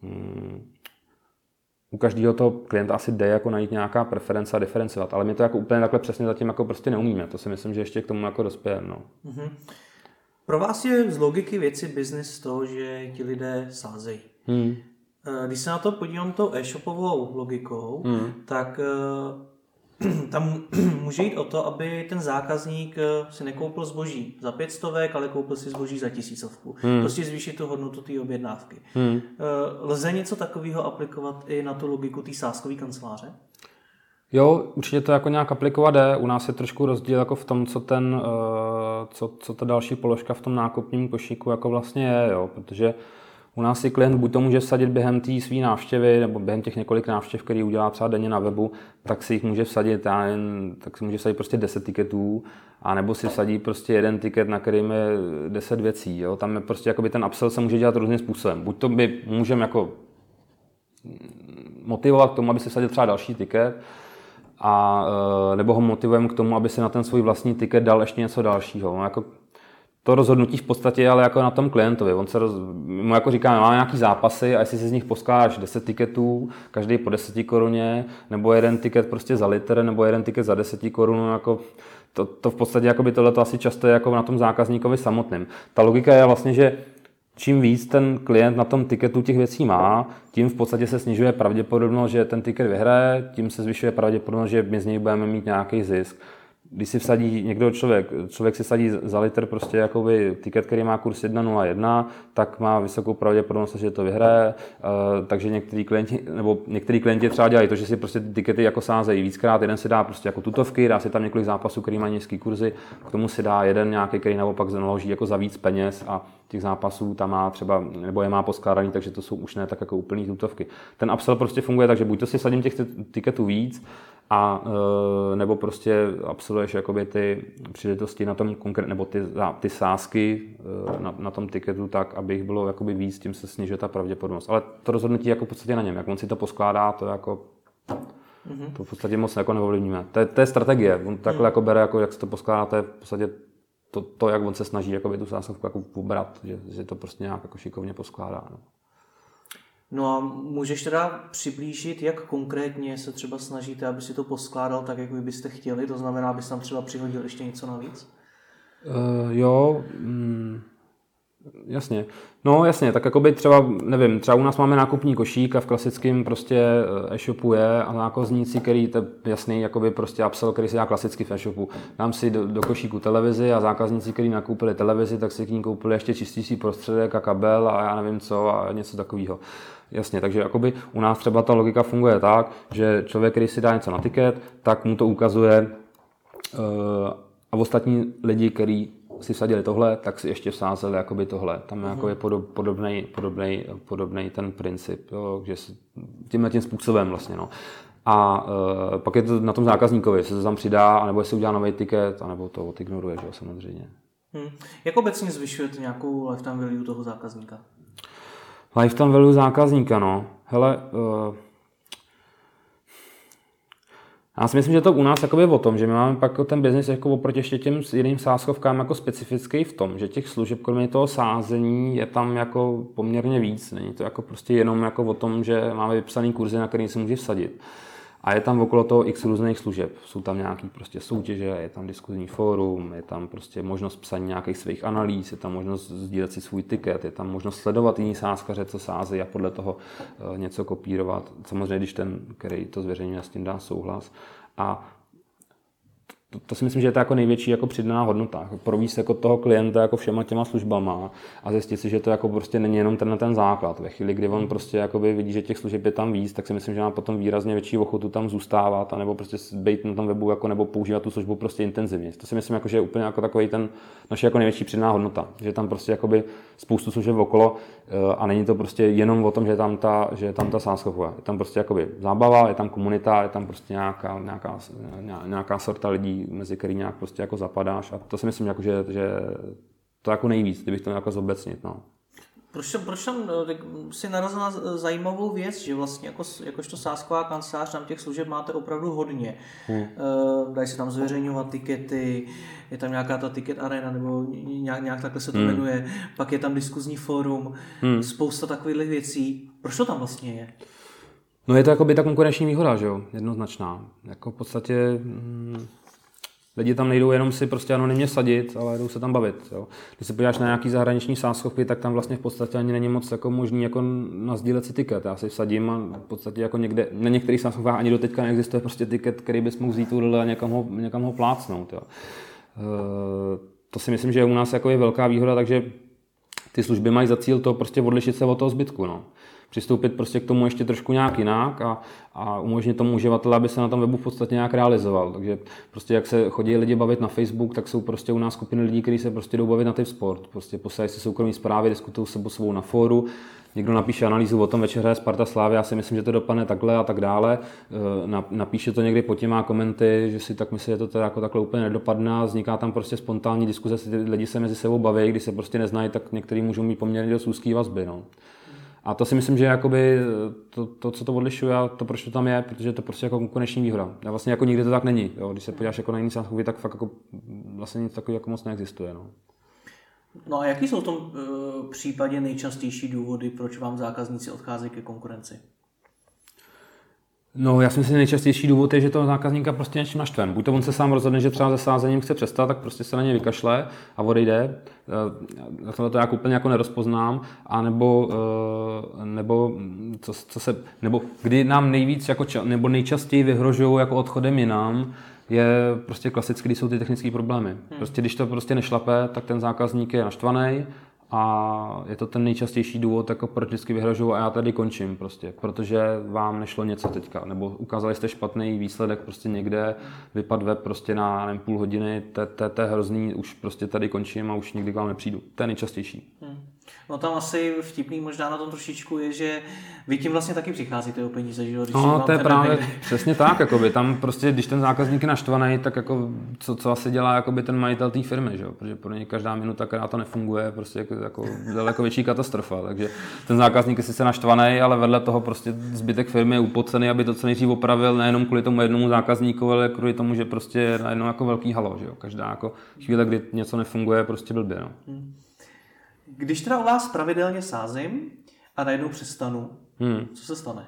u každého toho klienta asi jde jako najít nějaká preference a diferencovat, ale my to jako úplně takhle přesně zatím jako prostě neumíme. To si myslím, že ještě k tomu jako dospějeme. No. Mm-hmm. Pro vás je z logiky věci business to, že ti lidé sázejí. Když se na to podívám tou e-shopovou logikou, tak tam může jít o to, aby ten zákazník si nekoupil zboží za 500, ale koupil si zboží za 1000. Prostě zvýšit tu hodnotu té objednávky. Lze něco takového aplikovat i na tu logiku té sázkové kanceláře? Jo, určitě to jako nějak aplikovat jde. U nás je trošku rozdíl jako v tom, co ta další položka v tom nákupním košíku jako vlastně je, jo, protože U nás si klient buď to může vsadit během té své návštěvy, nebo během těch několik návštěv, který udělá třeba denně na webu, tak si jich může vsadit, tak si může vsadit prostě 10 tiketů, a nebo si vsadí prostě jeden tiket, na kterým je 10 věcí. Jo? Tam je prostě jakoby ten upsell se může dělat různým způsobem. Buď to by můžeme jako motivovat k tomu, aby si vsadil třeba další tiket, a nebo ho motivujeme k tomu, aby si na ten svůj vlastní tiket dal ještě něco dalšího. No, jako to rozhodnutí v podstatě je ale jako na tom klientovi. My jako říkáme, máme nějaký zápasy a jestli si z nich poskládáš 10 tiketů, každý po 10 koruně, nebo jeden tiket prostě za litr, nebo jeden tiket za 10 korun, jako to v podstatě tohleto asi často je jako na tom zákazníkovi samotným. Ta logika je vlastně, že čím víc ten klient na tom tiketu těch věcí má, tím v podstatě se snižuje pravděpodobnost, že ten tiket vyhraje, tím se zvyšuje pravděpodobnost, že my z něj budeme mít nějaký zisk. Když si vsadí někdo člověk si vsadí za litr prostě jakoby tiket, který má kurz 1,01, tak má vysokou pravděpodobnost, že to vyhraje. Takže některý klienti třeba dělají to, že si prostě ty tikety jako sázejí víckrát. Jeden si dá prostě jako tutovky, dá si tam několik zápasů, který má nízký kurzy, k tomu si dá jeden nějaký, který naopak naloží jako za víc peněz a těch zápasů tam má třeba, nebo je má poskládaný, takže to jsou už ne tak jako úplný tutovky. Ten upsell prostě funguje tak, že buď to si sadím těch tiketů víc, a nebo prostě absolvuješ jakoby ty příležitosti na tom nebo ty sázky na tom tiketu tak, aby jich bylo jakoby víc, tím se snižuje ta pravděpodobnost. Ale to rozhodnutí jako v podstatě na něm, jak on si to poskládá, to jako to v podstatě moc jako neovlivníme. To je strategie, on takhle jako bere, jako jak se to poskládá, to je v podstatě to jak on se snaží jakoby tu sázkovku jako ubrat, že to prostě nějak jako šikovně poskládá. No. No a můžeš teda přiblížit, jak konkrétně se třeba snažíte, aby si to poskládal tak, jak vy byste chtěli? To znamená, abys tam třeba přihodil ještě něco navíc? Jasně. No jasně, tak jakoby třeba, nevím, třeba u nás máme nákupní košík a v klasickém prostě e-shopu je a zákazníci, který to jasný, jakoby prostě upsell, který se dá klasicky v e-shopu. Dám si do košíku televizi a zákazníci, kteří nakoupili televizi, tak si k ní koupili ještě čistící prostředek a kabel a já nevím co a něco takového. Jasně, takže jakoby u nás třeba ta logika funguje tak, že člověk, který si dá něco na tiket, tak mu to ukazuje a ostatní lidi, kteří si vsadili tohle, tak si ještě vsázeli jakoby tohle. Tam je jakoby podobný ten princip, jo, že tímhle způsobem vlastně. No. A pak je to na tom zákazníkovi, jestli se tam přidá, anebo jestli udělá nový tiket, anebo to odignoruje, že, samozřejmě. Jak obecně zvyšujete nějakou lifetime value toho zákazníka? Lifetime value zákazníka, no. Hele, já si myslím, že to u nás je o tom, že my máme pak ten biznis jako oproti ještě těm jiným sázkovkám jako specifický v tom, že těch služeb kromě toho sázení je tam jako poměrně víc. Není to jako prostě jenom jako o tom, že máme vypsaný kurzy, na který si může vsadit. A je tam okolo toho x různých služeb. Jsou tam nějaký prostě soutěže, je tam diskuzní fórum, je tam prostě možnost psaní nějakých svých analýz, je tam možnost sdílet si svůj tiket, je tam možnost sledovat jiný sázkaře, co sází a podle toho něco kopírovat. Samozřejmě, když ten, který to zveřejňuje, s tím dá souhlas. A to si myslím, že je to jako největší jako přidaná hodnota. Províst jako toho klienta jako všema těma službama a zjistit si, že to jako prostě není jenom ten základ. Ve chvíli, kdy on prostě jakoby vidí, že těch služeb je tam víc, tak si myslím, že má potom výrazně větší ochotu tam zůstávat a nebo prostě být na tom webu jako nebo používat tu službu prostě intenzivně. To si myslím, jako, že je úplně jako takový ten naše jako největší přidaná hodnota, že tam prostě jakoby spoustu služeb okolo a není to prostě jenom o tom, že je tam ta sázkovka. Je tam prostě jakoby zábava, je tam komunita, je tam prostě nějaká sorta lidí, mezi který nějak prostě jako zapadáš a to si myslím, jako, že to jako nejvíc, kdybych to jako zobecnit. No. Proč tam si narazil na zajímavou věc, že vlastně jakožto sázková kancelář tam těch služeb máte opravdu hodně. Dají se tam zveřejňovat tikety, je tam nějaká ta ticket arena, nebo nějak takhle se to jmenuje, pak je tam diskuzní fórum, spousta takových věcí. Proč to tam vlastně je? No je to jako by ta konkurenční výhoda, že jo, jednoznačná. Jako v podstatě lidi tam nejdou jenom si prostě anonymně sadit, ale jdou se tam bavit. Jo. Když se podíváš na nějaký zahraniční sázkovky, tak tam vlastně v podstatě ani není moc jako možný jako nasdílet si tiket. Já si vsadím a v podstatě jako někde, na některých sázkovkách ani do teďka neexistuje prostě tiket, který bys mohl vzít a někam ho plácnout. Jo. To si myslím, že u nás jako je velká výhoda, takže ty služby mají za cíl to prostě odlišit se od toho zbytku. No. přistoupit prostě k tomu ještě trošku nějak jinak a umožnit tomu uživateli, aby se na tom webu v podstatě nějak realizoval. Takže prostě jak se chodí lidi bavit na Facebook, tak jsou prostě u nás skupiny lidí, kteří se prostě jdou bavit na Tipsport. Prostě posílají si soukromé zprávy, diskutují se sebou na fóru. Někdo napíše analýzu o tom, večer hraje Sparta Slavia, já si myslím, že to dopadne takhle a tak dále. Napíše to někdy pod těma komenty, že si tak myslí, že to teda jako takhle úplně nedopadne. Vzniká tam prostě spontánní diskuze, lidi se mezi sebou baví, když se prostě neznají, tak někteří můžou mít poměrně dost úzký vazby. No. A to si myslím, že jakoby to, co to odlišuje a to, proč to tam je, protože to prostě jako konkurenční výhoda. A vlastně jako nikdy to tak není. Jo. Když se podíváš jako na jiný sázkový, tak fakt jako vlastně nic takového jako moc neexistuje. No. No a jaký jsou v tom případě nejčastější důvody, proč vám zákazníci odcházejí ke konkurenci? No, já si myslím, že nejčastější důvod je, že toho zákazníka prostě něčím naštven. Buď to on se sám rozhodne, že třeba se sázením chce přestat, tak prostě se na ně vykašle a odejde. To já úplně jako nerozpoznám. A nebo kdy nám nejvíc jako nebo nejčastěji vyhrožují jako odchodem jinam, je prostě klasicky, když jsou ty technické problémy. Prostě když to prostě nešlape, tak ten zákazník je naštvaný a je to ten nejčastější důvod, jako proč vždycky vyhrožuju a já tady končím prostě, protože vám nešlo něco teďka, nebo ukázali jste špatný výsledek prostě někde, vypad web prostě na nevím, půl hodiny, to je hrozný, už prostě tady končím a už nikdy k vám nepřijdu. To je nejčastější. No tam asi vtipný možná na tom trošičku je, že vy tím vlastně taky přicházíte o peníze, že jo? No, to je právě přesně tak, jakoby. Tam prostě, když ten zákazník je naštvaný, tak jako, co asi dělá jakoby ten majitel té firmy, že jo? Protože pro ně každá minuta, která to nefunguje, prostě jako daleko větší katastrofa. Takže ten zákazník je sice naštvaný, ale vedle toho prostě zbytek firmy je upocený, aby to co nejdřív opravil, nejenom kvůli tomu jednomu zákazníkovi, ale kvůli tomu, že prostě je najednou jako velký halo, že jo? Každá jako chvíle, kdy něco nefunguje, prostě blbě, no. Když teda u vás pravidelně sázím a najednou přestanu, co se stane?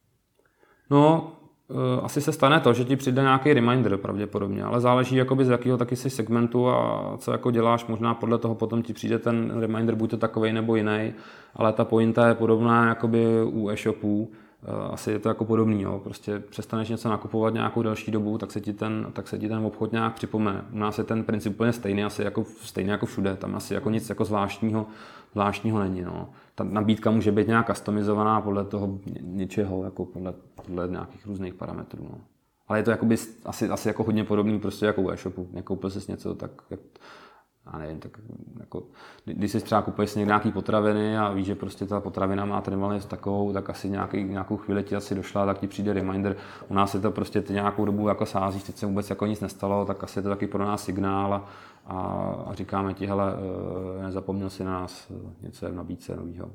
No, asi se stane to, že ti přijde nějaký reminder pravděpodobně, ale záleží jakoby z jakého taky jsi segmentu a co jako děláš, možná podle toho potom ti přijde ten reminder, buď to takovej nebo jiný, ale ta pointa je podobná jakoby u e-shopů, asi je to jako podobný, jo. Prostě přestaneš něco nakupovat nějakou delší dobu, tak se ti ten obchod nějak připomene. U nás je ten princip úplně stejný, asi jako stejný jako všude, tam asi jako nic jako zvláštního není, no. Ta nabídka může být nějak customizovaná podle toho něčeho, jako podle nějakých různých parametrů, no. Ale je to jakoby asi jako hodně podobný prostě jako u e-shopu. Nekoupil jsi něco, tak já nevím, tak jako, když si třeba kupuješ nějaký potraviny a víš, že prostě ta potravina má trvalnost takovou, tak asi nějakou chvíli ti asi došla, tak ti přijde reminder. U nás je to prostě ty nějakou dobu jako sázíš, teď se vůbec jako nic nestalo, tak asi je to taky pro nás signál a říkáme ti, hele, nezapomněl si na nás, něco je v nabídce novýho.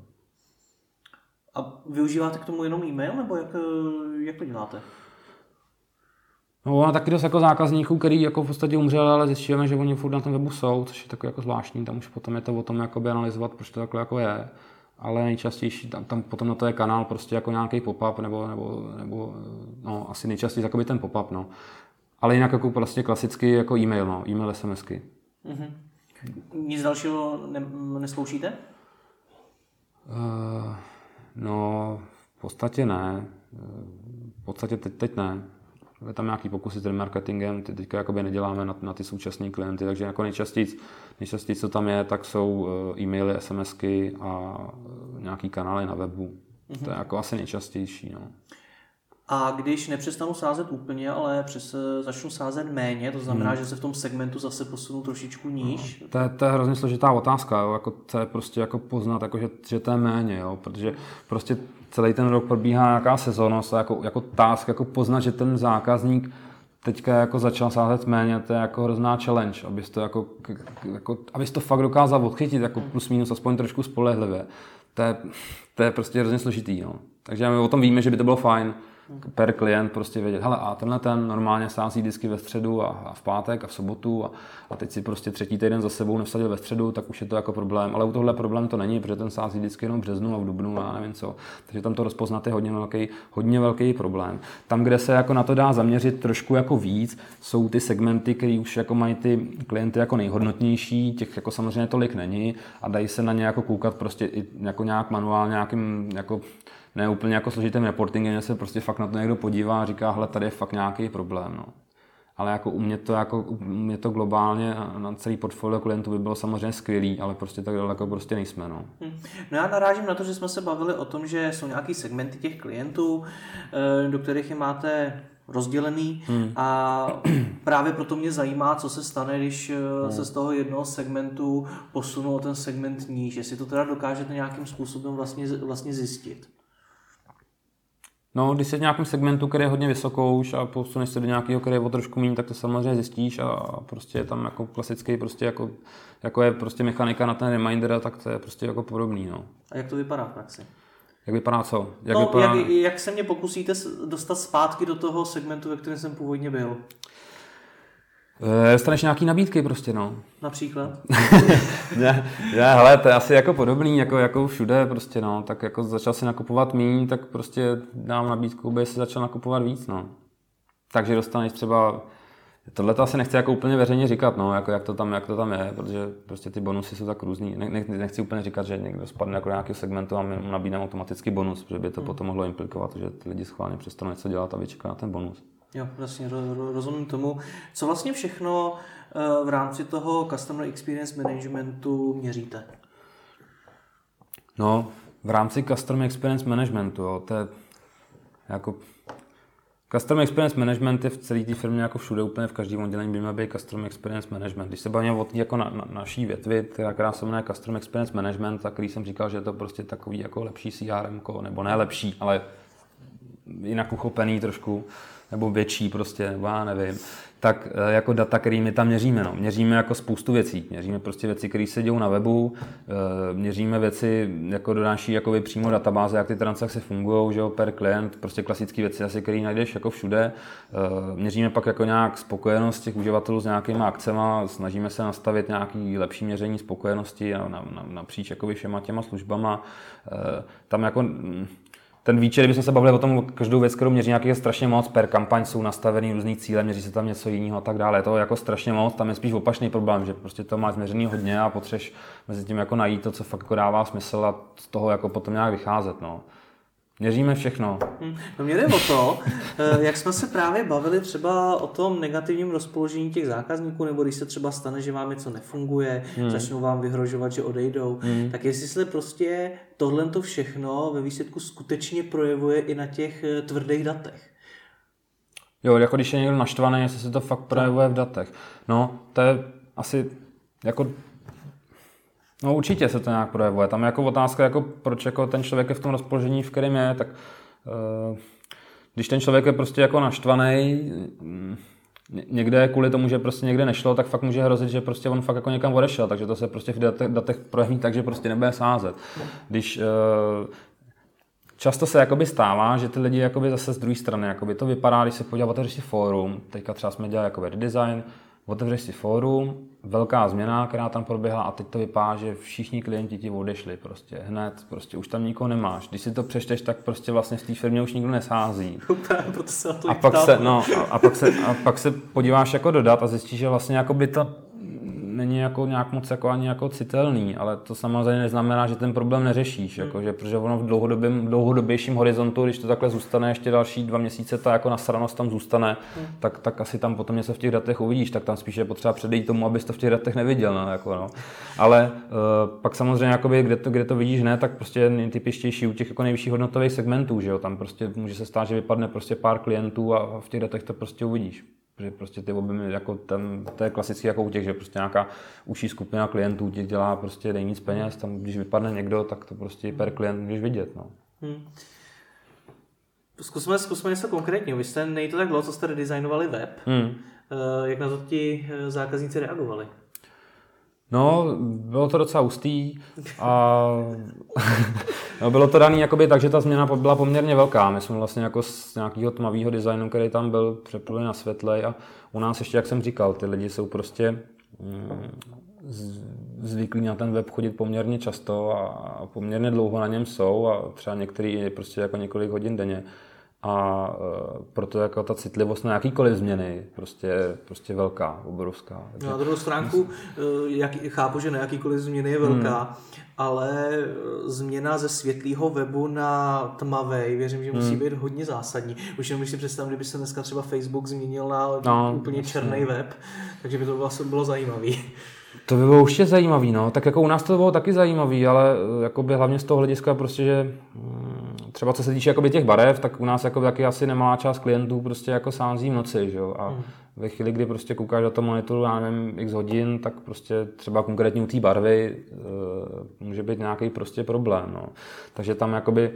A využíváte k tomu jenom e-mail, nebo jak to děláte? No, a taky dost jako zákazníků, který jako v podstatě umřel, ale zjistíme, že oni furt na tom webu jsou, což je takový jako zvláštní, tam už potom je to o tom jakoby analyzovat, proč to takhle jako je. Ale nejčastější, tam potom na to je kanál prostě jako nějaký pop-up, nebo no, asi nejčastěji jakoby ten pop-up, no. Ale jinak jako prostě klasicky jako e-mail, no, e-mail, SMSky. Nic dalšího neskoušíte? No, v podstatě ne. V podstatě teď ne. Je tam nějaký pokusy s remarketingem, ty teďka jakoby neděláme na ty současné klienty, takže jako nejčastěji, co tam je, tak jsou e-maily, SMSky a nějaký kanály na webu. To je jako asi nejčastější. No. A když nepřestanu sázet úplně, ale začnu sázet méně, to znamená, že se v tom segmentu zase posunu trošičku níž? No, to je hrozně složitá otázka, jo? Jako, to je prostě jako poznat, jako, že to je méně, jo? Protože prostě celý ten rok probíhá nějaká sezónnost a jako task, jako poznat, že ten zákazník teďka jako začal sázet méně, to je jako hrozná challenge, abys to fakt dokázal odchytit, jako plus minus aspoň trošku spolehlivě. To je prostě hrozně složitý, no. Takže my o tom víme, že by to bylo fajn per klient prostě vědět, hele, a tenhle ten normálně sází vždycky ve středu a v pátek a v sobotu a teď si prostě třetí týden za sebou nevsadil ve středu, tak už je to jako problém. Ale u tohle problém to není, protože ten sází vždycky jenom v březnu a v dubnu a nevím co. Takže tam to rozpoznat je hodně velký problém. Tam, kde se jako na to dá zaměřit trošku jako víc, jsou ty segmenty, které už jako mají ty klienty jako nejhodnotnější, těch jako samozřejmě tolik není a dají se na ně jako koukat prostě i jako nějak manuálně nějakým jako ne úplně jako složitým reportingem, se prostě fakt na to někdo podívá a říká, hele, tady je fakt nějaký problém. No. ale jako u mě to globálně na celý portfolio klientů by bylo samozřejmě skvělý, ale prostě tak daleko prostě nejsme. No. No já narážím na to, že jsme se bavili o tom, že jsou nějaký segmenty těch klientů, do kterých je máte rozdělený a právě proto mě zajímá, co se stane, když se z toho jednoho segmentu posunou ten segment níž, jestli to teda dokážete nějakým způsobem vlastně zjistit. No, když jsi v nějakém segmentu, který je hodně vysokou už a posuneš se do nějakého, který je o trošku méně, tak to samozřejmě zjistíš a prostě je tam jako klasický prostě jako je prostě mechanika na ten reminder, tak to je prostě jako podobný, no. A jak to vypadá v praxi? Jak vypadá co? Jak se mě pokusíte dostat zpátky do toho segmentu, ve kterém jsem původně byl? Dostaneš nějaký nabídky prostě, no. Například? ne, hele, to je asi jako podobný, jako všude prostě, no. Tak jako začal si nakupovat míň, tak prostě dám nabídku, aby si začal nakupovat víc, no. Takže dostaneš třeba, tohle to asi nechci jako úplně veřejně říkat, no, jako jak to tam je, protože prostě ty bonusy jsou tak různý. Nechci úplně říkat, že někdo spadne jako do nějakého segmentu a my mu nabídneme automaticky bonus, protože by to potom mohlo implikovat, že ty lidi schválně přestanou něco dělat a vyčekají na ten bonus. Jo, vlastně rozumím tomu. Co vlastně všechno v rámci toho Customer Experience Managementu měříte? No, v rámci Customer Experience Managementu, jo, to je jako Customer Experience Management je v celé té firmě jako všude, úplně v každém oddělení by měl být Customer Experience Management. Když se bavíme o té jako naší větvi, která se jmenuje Customer Experience Management, tak když jsem říkal, že je to prostě takový jako lepší CRM, nebo ne lepší, ale jinak uchopený trošku, nebo větší prostě, nebo já nevím, tak jako data, který my tam měříme. No. Měříme jako spoustu věcí. Měříme prostě věci, které se dějou na webu, měříme věci jako do naší jakoby přímo databáze, jak ty transakce fungují, že jo, per klient, prostě klasické věci, asi, které najdeš jako všude. Měříme pak jako nějak spokojenost těch uživatelů s nějakýma akcema, snažíme se nastavit nějaký lepší měření spokojenosti napříč jakoby všema těma službama. Tam jako ten výčet, kdybychom se bavili o tom, každou věc, kterou měří nějaký je strašně moc, per kampaň jsou nastavený různý cíle, měří se tam něco jiného a tak dále. Je to jako strašně moc, tam je spíš opačný problém, že prostě to má změřený hodně a potřebuješ mezi tím jako najít to, co fakt jako dává smysl a z toho jako potom nějak vycházet. No. Měříme všechno. No mě jde o to, jak jsme se právě bavili třeba o tom negativním rozpoložení těch zákazníků, nebo když se třeba stane, že vám něco nefunguje, začnou vám vyhrožovat, že odejdou, tak jestli se prostě tohle všechno ve výsledku skutečně projevuje i na těch tvrdých datech. Jo, jako když je někdo naštvaný, jestli se to fakt projevuje v datech. No, to je asi jako no určitě se to nějak projevuje. Tam je jako otázka, jako proč jako ten člověk je v tom rozpoložení, v kterém je, tak když ten člověk je prostě jako naštvaný, někde kvůli tomu, že prostě někde nešlo, tak fakt může hrozit, že prostě on fakt jako někam odešel, takže to se prostě v datech projeví tak, že prostě nebude sázet. Když často se jakoby stává, že ty lidi jakoby zase z druhé strany, jakoby to vypadá, když se podíváte, otevřeš si fórum, teďka třeba jsme dělali jakoby redesign, otevřeš si fórum, velká změna, která tam proběhla a teď to vypadá, že všichni klienti ti odešli prostě hned, prostě už tam nikoho nemáš. Když si to přečteš, tak prostě vlastně v té firmě už nikdo nesází. Proto se na to a pak se podíváš jako do dat a zjistíš, že vlastně jakoby to není jako nějak moc jako ani jako citelný, ale to samozřejmě neznamená, že ten problém neřešíš, jakože, protože ono v dlouhodobějším horizontu, když to takhle zůstane ještě další 2 měsíce, ta jako nasranost tam zůstane, tak asi tam potom něco v těch datech uvidíš, tak tam spíš je potřeba předejít tomu, abys to v těch datech neviděl. No, jako, no. Ale pak samozřejmě, jakoby, kde to vidíš ne, tak prostě je nejtypičtější u těch jako nejvyšších hodnotových segmentů, že jo? Tam prostě může se stát, že vypadne prostě pár klientů a v těch datech to prostě uvidíš. Protože prostě ty objemy, jako to je klasický jako u těch, že prostě nějaká užší skupina klientů těch dělá prostě nejvíc peněz, tam když vypadne někdo, tak to prostě per klient můžeš vidět. No. Zkusme něco konkrétního. Vy jste nejde tak dlouho, co jste redesignovali web. Jak na to ti zákazníci reagovali? No, bylo to docela hustý a no, bylo to daný jakoby tak, že ta změna byla poměrně velká. My jsme vlastně jako z nějakého tmavého designu, který tam byl, přepluli na světlej a u nás ještě, jak jsem říkal, ty lidi jsou prostě zvyklí na ten web chodit poměrně často a poměrně dlouho na něm jsou a třeba některý je prostě jako několik hodin denně. a proto jako ta citlivost na jakýkoliv změny prostě velká, obrovská. Takže... Na druhou stránku chápu, že na jakýkoliv změny je velká, ale změna ze světlého webu na tmavej, věřím, že musí být hodně zásadní. Už jenom když si představím, kdyby se dneska třeba Facebook změnil na úplně černý web, takže by to bylo zajímavý. To by bylo určitě zajímavý, no. Tak jako u nás to bylo taky zajímavý, ale jakoby hlavně z toho hlediska prostě, že třeba co se týče jakoby těch barev, tak u nás jakoby taky asi nemalá část klientů prostě jako sází v noci, že jo. A ve chvíli, kdy prostě koukáš na tom monitoru, já nevím, x hodin, tak prostě třeba konkrétně u té barvy může být nějaký prostě problém, no. Takže tam jakoby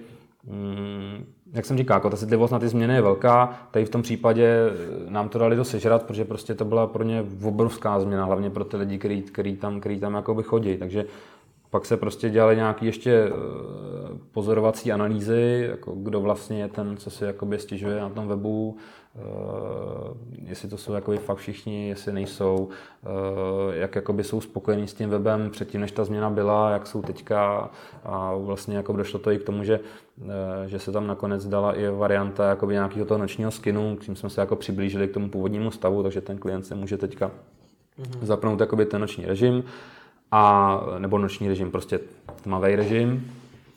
jak jsem říkal, jako ta citlivost na ty změny je velká. Tady v tom případě nám to dali to sežrat, protože prostě to byla pro ně obrovská změna, hlavně pro ty lidi, který tam jakoby chodí. Takže pak se prostě dělaly nějaké ještě pozorovací analýzy, jako kdo vlastně je ten, co si jakoby stěžuje na tom webu, jestli to jsou jakoby fakt všichni, jestli nejsou, jak jakoby jsou spokojení s tím webem předtím, než ta změna byla, jak jsou teďka a vlastně jako došlo to i k tomu, že se tam nakonec dala i varianta jakoby nějakého toho nočního skinu, k tím jsme se jako přiblížili k tomu původnímu stavu, takže ten klient se může teďka zapnout jakoby ten noční režim, nebo noční režim, prostě tmavý režim.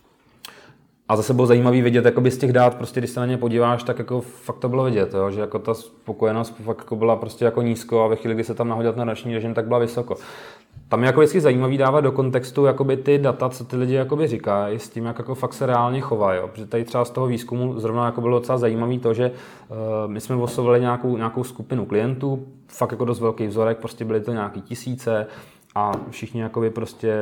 A zase bylo zajímavý vidět jakoby z těch dát, prostě když se na ně podíváš, tak jako fakt to bylo vidět, jo? Že jako ta spokojenost fakt jako byla prostě jako nízko a ve chvíli, kdy se tam nahodil ten noční režim, tak byla vysoko. Tam je jako vždycky zajímavý dávat do kontextu jakoby ty data, co ty lidi jakoby říkají, s tím, jak jako fakt se reálně chovají. Protože tady třeba z toho výzkumu zrovna jako bylo docela zajímavý to, že my jsme oslovili nějakou skupinu klientů, fakt jako dost velký vzorek, prostě byly to nějaký tisíce, a všichni jakoby prostě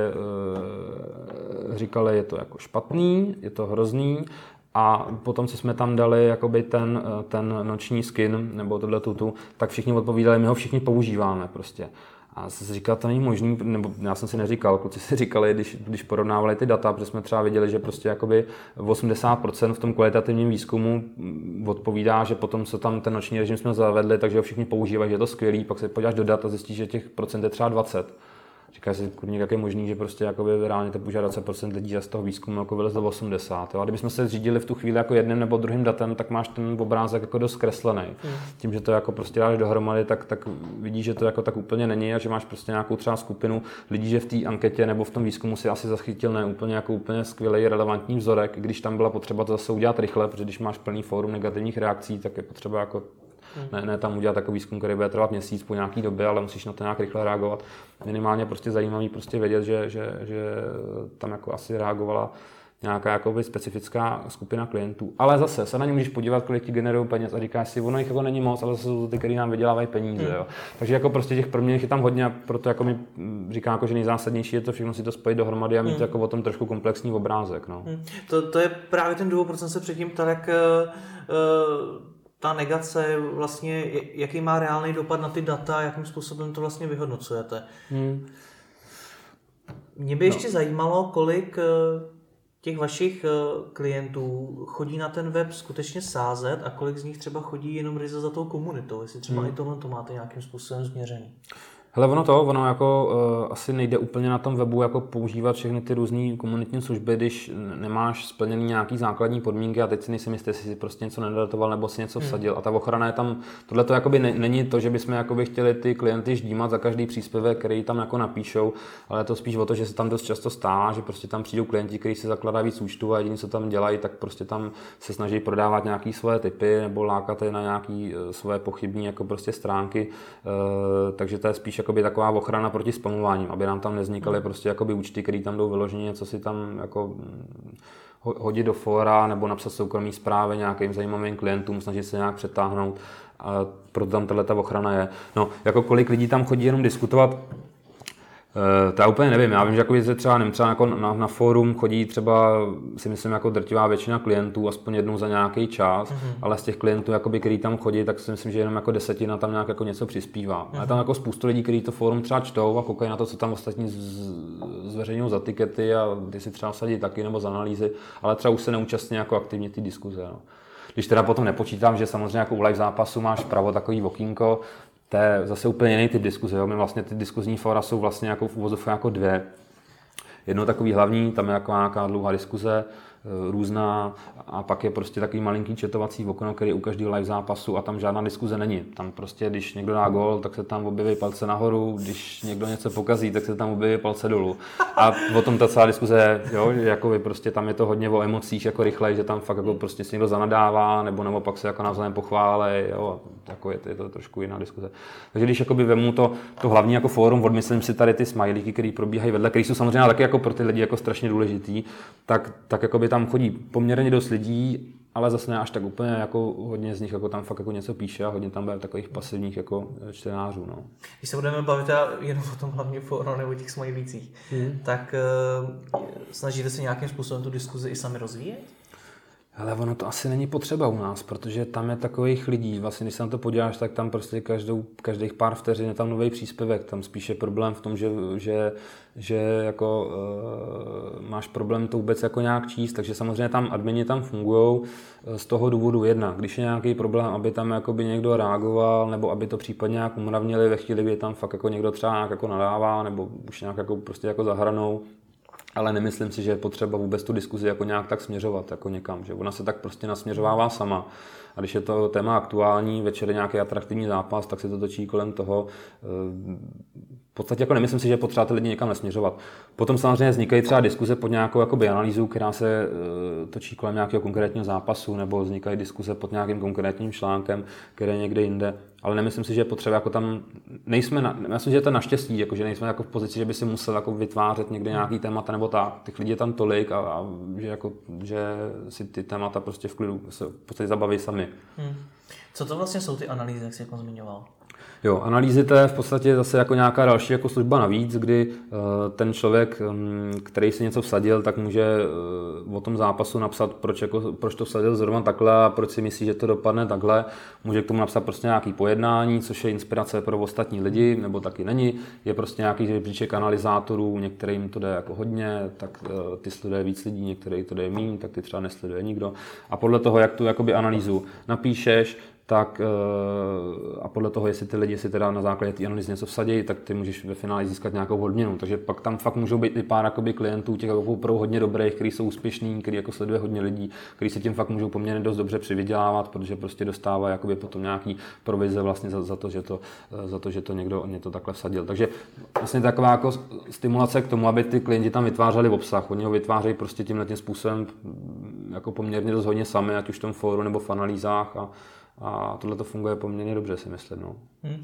říkali, je to jako špatný, je to hrozný. A potom, co jsme tam dali jakoby ten noční skin nebo tohle tutu, tak všichni odpovídali, my ho všichni používáme prostě. A jsem si říkal, to není možný, nebo já jsem si neříkal, kluci si říkali, když porovnávali ty data, protože jsme třeba viděli, že prostě jakoby 80% v tom kvalitativním výzkumu odpovídá, že potom, co tam ten noční režim jsme zavedli, takže ho všichni používají, že je to skvělý, pak se podíváš do dat a zjistíš, že těch procent je třeba 20. Říká si, jak je možný, že prostě jakoby reálně to používá 20% lidí a z toho výzkumu jako vylez do 80. Jo? A kdybychom se řídili v tu chvíli jako jedním nebo druhým datem, tak máš ten obrázek jako dost zkreslený. Tím, že to jako prostě dáš dohromady, tak vidíš, že to jako tak úplně není a že máš prostě nějakou třeba skupinu lidí, že v té anketě nebo v tom výzkumu si asi zachytil ne úplně skvělý relevantní vzorek, když tam byla potřeba to zase udělat rychle, protože když máš plný fórum negativních reakcí, tak je potřeba jako ne tam udělat takový výzkum, který bude trvat měsíc po nějaký době, ale musíš na to nějak rychle reagovat. Minimálně prostě zajímavý prostě vědět, že tam jako asi reagovala nějaká jakoby specifická skupina klientů. Ale zase se na ně můžeš podívat, kolik ti generují peněz a říkáš si, ono jich jako není moc, ale zase jsou ty, kteří nám vydělávají peníze. Jo. Takže jako prostě těch proměnných je tam hodně a proto jako mi říkám, jako, že nejzásadnější je to všechno si to spojit dohromady a mít jako o tom trošku komplexní obrázek. No. To je právě ten důvod, proč jsem se předtím ptal, jak ta negace vlastně, jaký má reálný dopad na ty data, jakým způsobem to vlastně vyhodnocujete. Mě by ještě zajímalo, kolik těch vašich klientů chodí na ten web skutečně sázet a kolik z nich třeba chodí jenom ryze za tou komunitou, jestli třeba i tohle to máte nějakým způsobem změřený. Hele, ono jako asi nejde úplně na tom webu jako používat všechny ty různé komunitní služby, když nemáš splněný nějaký základní podmínky a teď si nejsem jistý, jestli si prostě něco nedatoval nebo si něco vsadil. A ta ochrana je tam, tohle to jakoby není to, že bychom jakoby chtěli ty klienty ždímat za každý příspěvek, který tam jako napíšou, ale je to spíš o to, že se tam dost často stává, že prostě tam přijdou klienti, kteří si zakladají víc účtů a jediné, co tam dělají, tak prostě tam se snaží prodávat nějaké svoje typy nebo lákat je na nějaké svoje pochybní jako prostě stránky, takže to je spíš jakoby taková ochrana proti spamováním, aby nám tam nevznikaly prostě jakoby účty, které tam jdou vyloženě něco si tam jako hodit do fóra nebo napsat soukromý zprávy nějakým zajímavým klientům, snažit se nějak přetáhnout. A proto tam tato ochrana je. No, jako kolik lidí tam chodí jenom diskutovat, to já úplně nevím. Já vím, že jako třeba jako na fórum chodí třeba, si myslím, jako drtivá většina klientů, aspoň jednou za nějaký čas, ale z těch klientů, jakoby, který tam chodí, tak si myslím, že jenom jako 10 tam nějak jako něco přispívá. A je tam jako spoustu lidí, kteří to fórum třeba čtou a koukají na to, co tam ostatní zveřejňují za tikety a ty si třeba vsadí taky nebo z analýzy, ale třeba už se neúčastní jako aktivně ty diskuze. No. Když teda potom nepočítám, že samozřejmě jako u live zápasu máš pravo takový okýnko, to je zase úplně jiný typ diskuze. Jo? My vlastně ty diskuzní fóra jsou vlastně jako v uvozovkách jako dvě. Jedno takový hlavní, tam je jako nějaká dlouhá diskuze, různá a pak je prostě takový malinký četovací okno, který je u každého live zápasu a tam žádná diskuze není. Tam prostě, když někdo dá gól, tak se tam objeví palce nahoru, když někdo něco pokazí, tak se tam objeví palce dolů. A o tom ta celá diskuze je, jo, že jakoby prostě tam je to hodně o emocích jako rychle, že tam fakt jako prostě si někdo zanadává, nebo pak se jako navzájem pochválí, jo, jako je to trošku jiná diskuze. Takže když jakoby vemu to hlavní jako fórum, odmyslím si tady ty smajlíky, které probíhají vedle, které jsou samozřejmě taky jako pro ty lidi jako strašně důležitý, tak jakoby tam chodí poměrně dost lidí, ale zase ne až tak úplně, jako hodně z nich jako tam fakt jako něco píše a hodně tam bude takových pasivních jako čtenářů. No. Když se budeme bavit jenom o tom hlavním fóru nebo o těch smajlících, tak snažíte se nějakým způsobem tu diskuzi i sami rozvíjet? Ale ono to asi není potřeba u nás, protože tam je takových lidí, vlastně když se na to podíváš, tak tam prostě každých pár vteřin je tam nový příspěvek, tam spíše problém v tom, že jako máš problém to vůbec jako nějak číst, takže samozřejmě tam admini tam fungujou z toho důvodu jedna, když je nějaký problém, aby tam jakoby někdo reagoval, nebo aby to případně nějak umravnili ve chvíli, kdy tam fakt jako někdo třeba nějak jako nadává, nebo už nějak jako prostě jako za hranou. Ale nemyslím si, že je potřeba vůbec tu diskuzi jako nějak tak směřovat jako někam, že ona se tak prostě nasměřovává sama. A když je to téma aktuální, večer je nějaký atraktivní zápas, tak se to točí kolem toho. V podstatě jako nemyslím si, že je potřeba ty lidi někam nesměřovat. Potom samozřejmě vznikají třeba diskuze pod nějakou jakoby analýzu, která se točí kolem nějakého konkrétního zápasu, nebo vznikají diskuze pod nějakým konkrétním článkem, který je někde jinde. Ale nemyslím si, že je potřeba jako tam myslím, že je to naštěstí, jako, že nejsme jako v pozici, že by si musel jako vytvářet někde nějaký témata nebo tak. Těch lidí je tam tolik a že si ty témata prostě v klidu se v podstatě zabaví sami. Co to vlastně jsou ty analýzy, jak jsi jako zmiňoval? Jo, analýzy to je v podstatě zase jako nějaká další jako služba navíc, kdy ten člověk, který si něco vsadil, tak může o tom zápasu napsat, proč to vsadil zrovna takhle a proč si myslí, že to dopadne takhle. Může k tomu napsat prostě nějaký pojednání, což je inspirace pro ostatní lidi, nebo taky není. Je prostě nějaký žebříček analyzátorů, některým to jde jako hodně, tak ty sleduje víc lidí, některý to jde míň, tak ty třeba nesleduje nikdo. A podle toho, jak tu jakoby analýzu napíšeš, tak a podle toho, jestli ty lidi si teda na základě té analýzy něco vsadí, tak ty můžeš ve finále získat nějakou odměnu. Takže pak tam fakt můžou být i pár jakoby klientů, těch jako opravdu hodně dobrých, kteří jsou úspěšní, kteří jako sleduje hodně lidí, kteří se tím fakt můžou poměrně dost dobře přivydělávat, protože prostě dostávají jakoby potom nějaký provize vlastně za to, že to někdo takhle vsadil. Takže vlastně taková jako stimulace k tomu, aby ty klienti tam vytvářeli obsah. Oni ho vytvářejí prostě tímhletím způsobem jako poměrně dost hodně sami, ať už v tom fóru nebo v analýzách a tohle to funguje poměrně dobře, si myslím. No.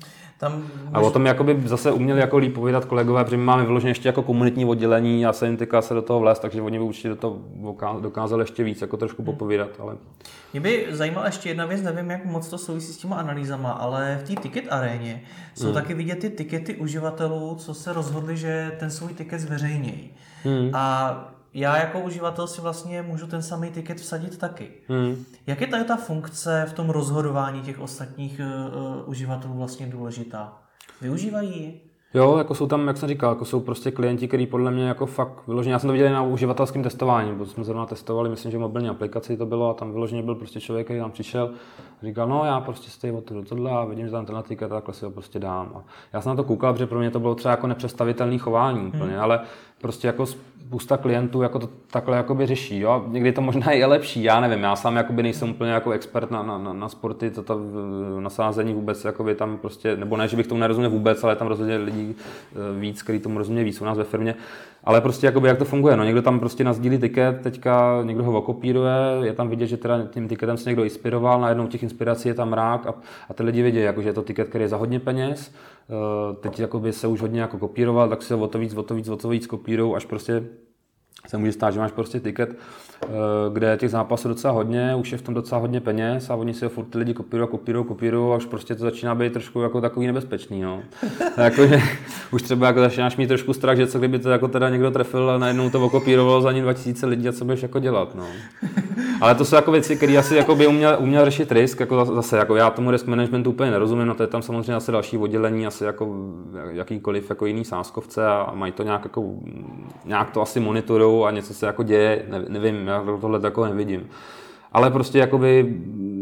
A o tom jakoby zase uměli jako líp povídat kolegové, protože my máme vyloženě ještě jako komunitní oddělení, já jsem jim týká se do toho vlézt, takže oni by určitě do toho dokázali ještě víc jako trošku popovídat. Ale... Mě by zajímala ještě jedna věc, nevím, jak moc to souvisí s těma analýzama, ale v té ticket aréně jsou taky vidět ty tikety uživatelů, co se rozhodli, že ten svůj tiket zveřejnějí. A já jako uživatel si vlastně můžu ten samý tiket vsadit taky. Jak je ta funkce v tom rozhodování těch ostatních uživatelů vlastně důležitá? Využívají ji? Jo, jako jsou tam, jak jsem říkal, jako jsou prostě klienti, kteří podle mě jako fakt vyloženě, já jsem to viděl na uživatelském testování, protože jsme zrovna testovali, myslím, že mobilní aplikaci to bylo a tam vyloženě byl prostě člověk, který tam přišel a říkal, no já prostě stojím od tohle a vidím, že tam tenhle tiket, takhle si ho prostě dám. A já jsem na to koukal, protože pro mě to bylo třeba jako nepředstavitelné chování úplně, ale prostě jako spousta klientů jako to takhle jakoby řeší, jo? Někdy to možná je lepší, já nevím, já sám jakoby nejsem úplně jako expert na sporty, nasázení vůbec, jakoby tam prostě, nebo ne, že bych tomu nerozuměl vůbec, ale tam rozhodně lidí víc, kteří tomu rozumí víc u nás ve firmě, ale prostě jakoby jak to funguje, no někdo tam prostě nasdílí tiket, teďka někdo ho okopíruje, je tam vidět, že teda tím tiketem se někdo inspiroval, najednou těch inspirací je tam mrák a ty lidi vidí, jako, že je to tiket, který je za hodně peněz, teď jakoby se už hodně jako kopíroval, tak se o to víc kopírujou, až prostě se může stát, že máš prostě tiket, kde je těch zápasů docela hodně, už je v tom docela hodně peněz a oni si ho furt ty lidi kopírují a už prostě to začíná být trošku jako takový nebezpečný, no. Jakože už třeba jako začínáš mít trošku strach, že co kdyby to jako teda někdo trefil a najednou to okopírovalo za ním 2000 lidí a co budeš jako dělat, no. Ale to jsou jako věci, které asi jako by uměl řešit risk, jako zase jako já tomu risk managementu úplně nerozumím, no to je tam samozřejmě asi další oddělení, asi jako jakýkoliv jako jiný sázkovce a mají to nějak to asi monitorují a něco se jako děje, nevím, já tohle takové nevidím. Ale prostě jakoby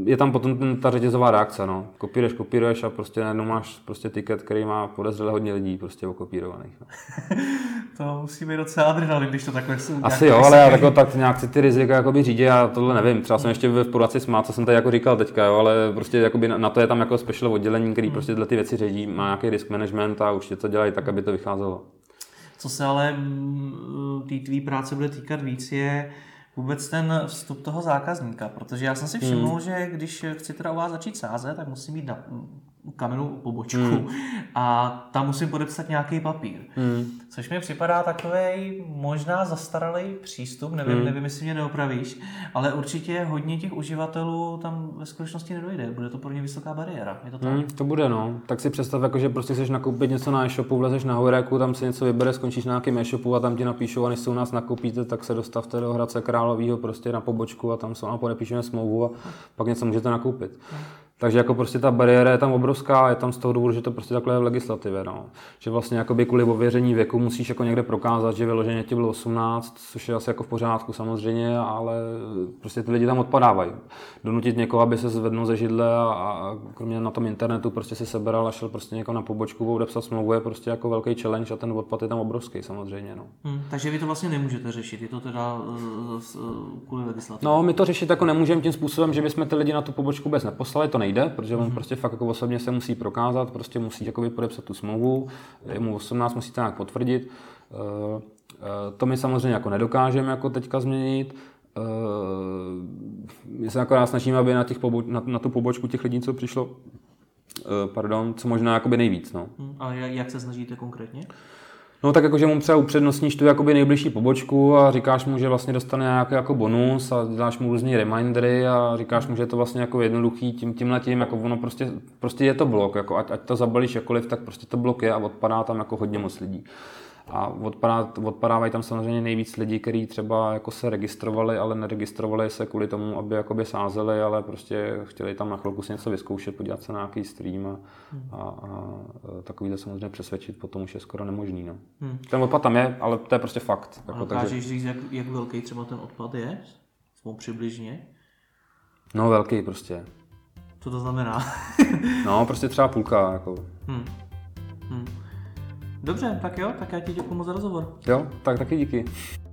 je tam potom ta řetězová reakce, no. Kopíruješ a prostě najednou máš prostě tiket, který má podezřele hodně lidí prostě okopírovaných. No. To musí být docela adrenalin, když to takhle jsou. Asi jo, ale já tak nějak si ty rizika jakoby řídit, já tohle nevím. Třeba jsem ještě v poradci smát, co jsem tady jako říkal teďka, jo, ale prostě jakoby na to je tam jako special oddělení, který prostě tyhle ty věci řídí, má nějaký risk management a určitě to dělají tak, aby to vycházelo. Co se ale té tvý práce bude týkat víc, je vůbec ten vstup toho zákazníka, protože já jsem si všiml, že když chci teda u vás začít sázet, tak musím mít na kamennou pobočku a tam musím podepsat nějaký papír. Což mi připadá takovej možná zastaralý přístup, nevím, jestli mě neopravíš, ale určitě hodně těch uživatelů tam ve skutečnosti nedojde. Bude to pro ně vysoká bariéra. Je to tak? To bude, no. Tak si představ, jako, že prostě chceš nakoupit něco na e-shopu, vlezeš na Hojreku, tam si něco vybere, skončíš na nějakém e-shopu a tam ti napíšou, a než se u nás nakoupíte, tak se dostavte do Hradce Královýho prostě na pobočku a tam podepíšeme smlouvu a pak něco můžete nakoupit. Takže jako prostě ta bariéra je tam obrovská, je tam z toho důvodu, že to prostě takhle je v legislativě, no. Že vlastně jakoby kvůli ověření věku musíš jako někde prokázat, že vyloženě ti bylo 18, což je asi jako v pořádku samozřejmě, ale prostě ty lidi tam odpadávají. Donutit někoho, aby se zvednul ze židle a kromě na tom internetu prostě si sebral a šel prostě někam na pobočku, odepsat smlouvu, je prostě jako velký challenge a ten odpad je tam obrovský samozřejmě, no. Takže vy to vlastně nemůžete řešit, je to teda kvůli legislativě? No, my to řešit jako nemůžeme tím způsobem, že bychom ty lidi na tu pobočku vůbec neposlali, to nejde, protože on prostě fakt jako osobně se musí prokázat, prostě musí jakoby podepsat tu smlouvu, je mu 18, musí to nějak potvrdit. To my samozřejmě jako nedokážeme jako teďka změnit. My se akorát snažíme, aby na tu pobočku těch lidí, co přišlo, co možná jakoby nejvíc. No. A jak se snažíte konkrétně? No tak jakože mu třeba upřednostníš tu jakoby nejbližší pobočku a říkáš mu, že vlastně dostane nějaký jako bonus a dáš mu různý remindery a říkáš mu, že je to vlastně jako jednoduchý tímhletím, jako ono prostě je to blok, jako ať to zabalíš jakkoliv, tak prostě to blok je a odpadá tam jako hodně moc lidí. A odpadávají tam samozřejmě nejvíc lidí, kteří třeba jako se registrovali, ale neregistrovali se kvůli tomu, aby jakoby sázeli, ale prostě chtěli tam na chvilku si něco vyzkoušet, podívat se na nějaký stream a takovýhle samozřejmě přesvědčit potom už je skoro nemožný. No. Ten odpad tam je, ale to je prostě fakt. Jako, dokážeš říct, jak velký třeba ten odpad je? Přibližně? No velký prostě. Co to znamená? No prostě třeba půlka. Jako. Dobře, tak jo, tak já ti děkuji moc za rozhovor. Jo, tak taky díky.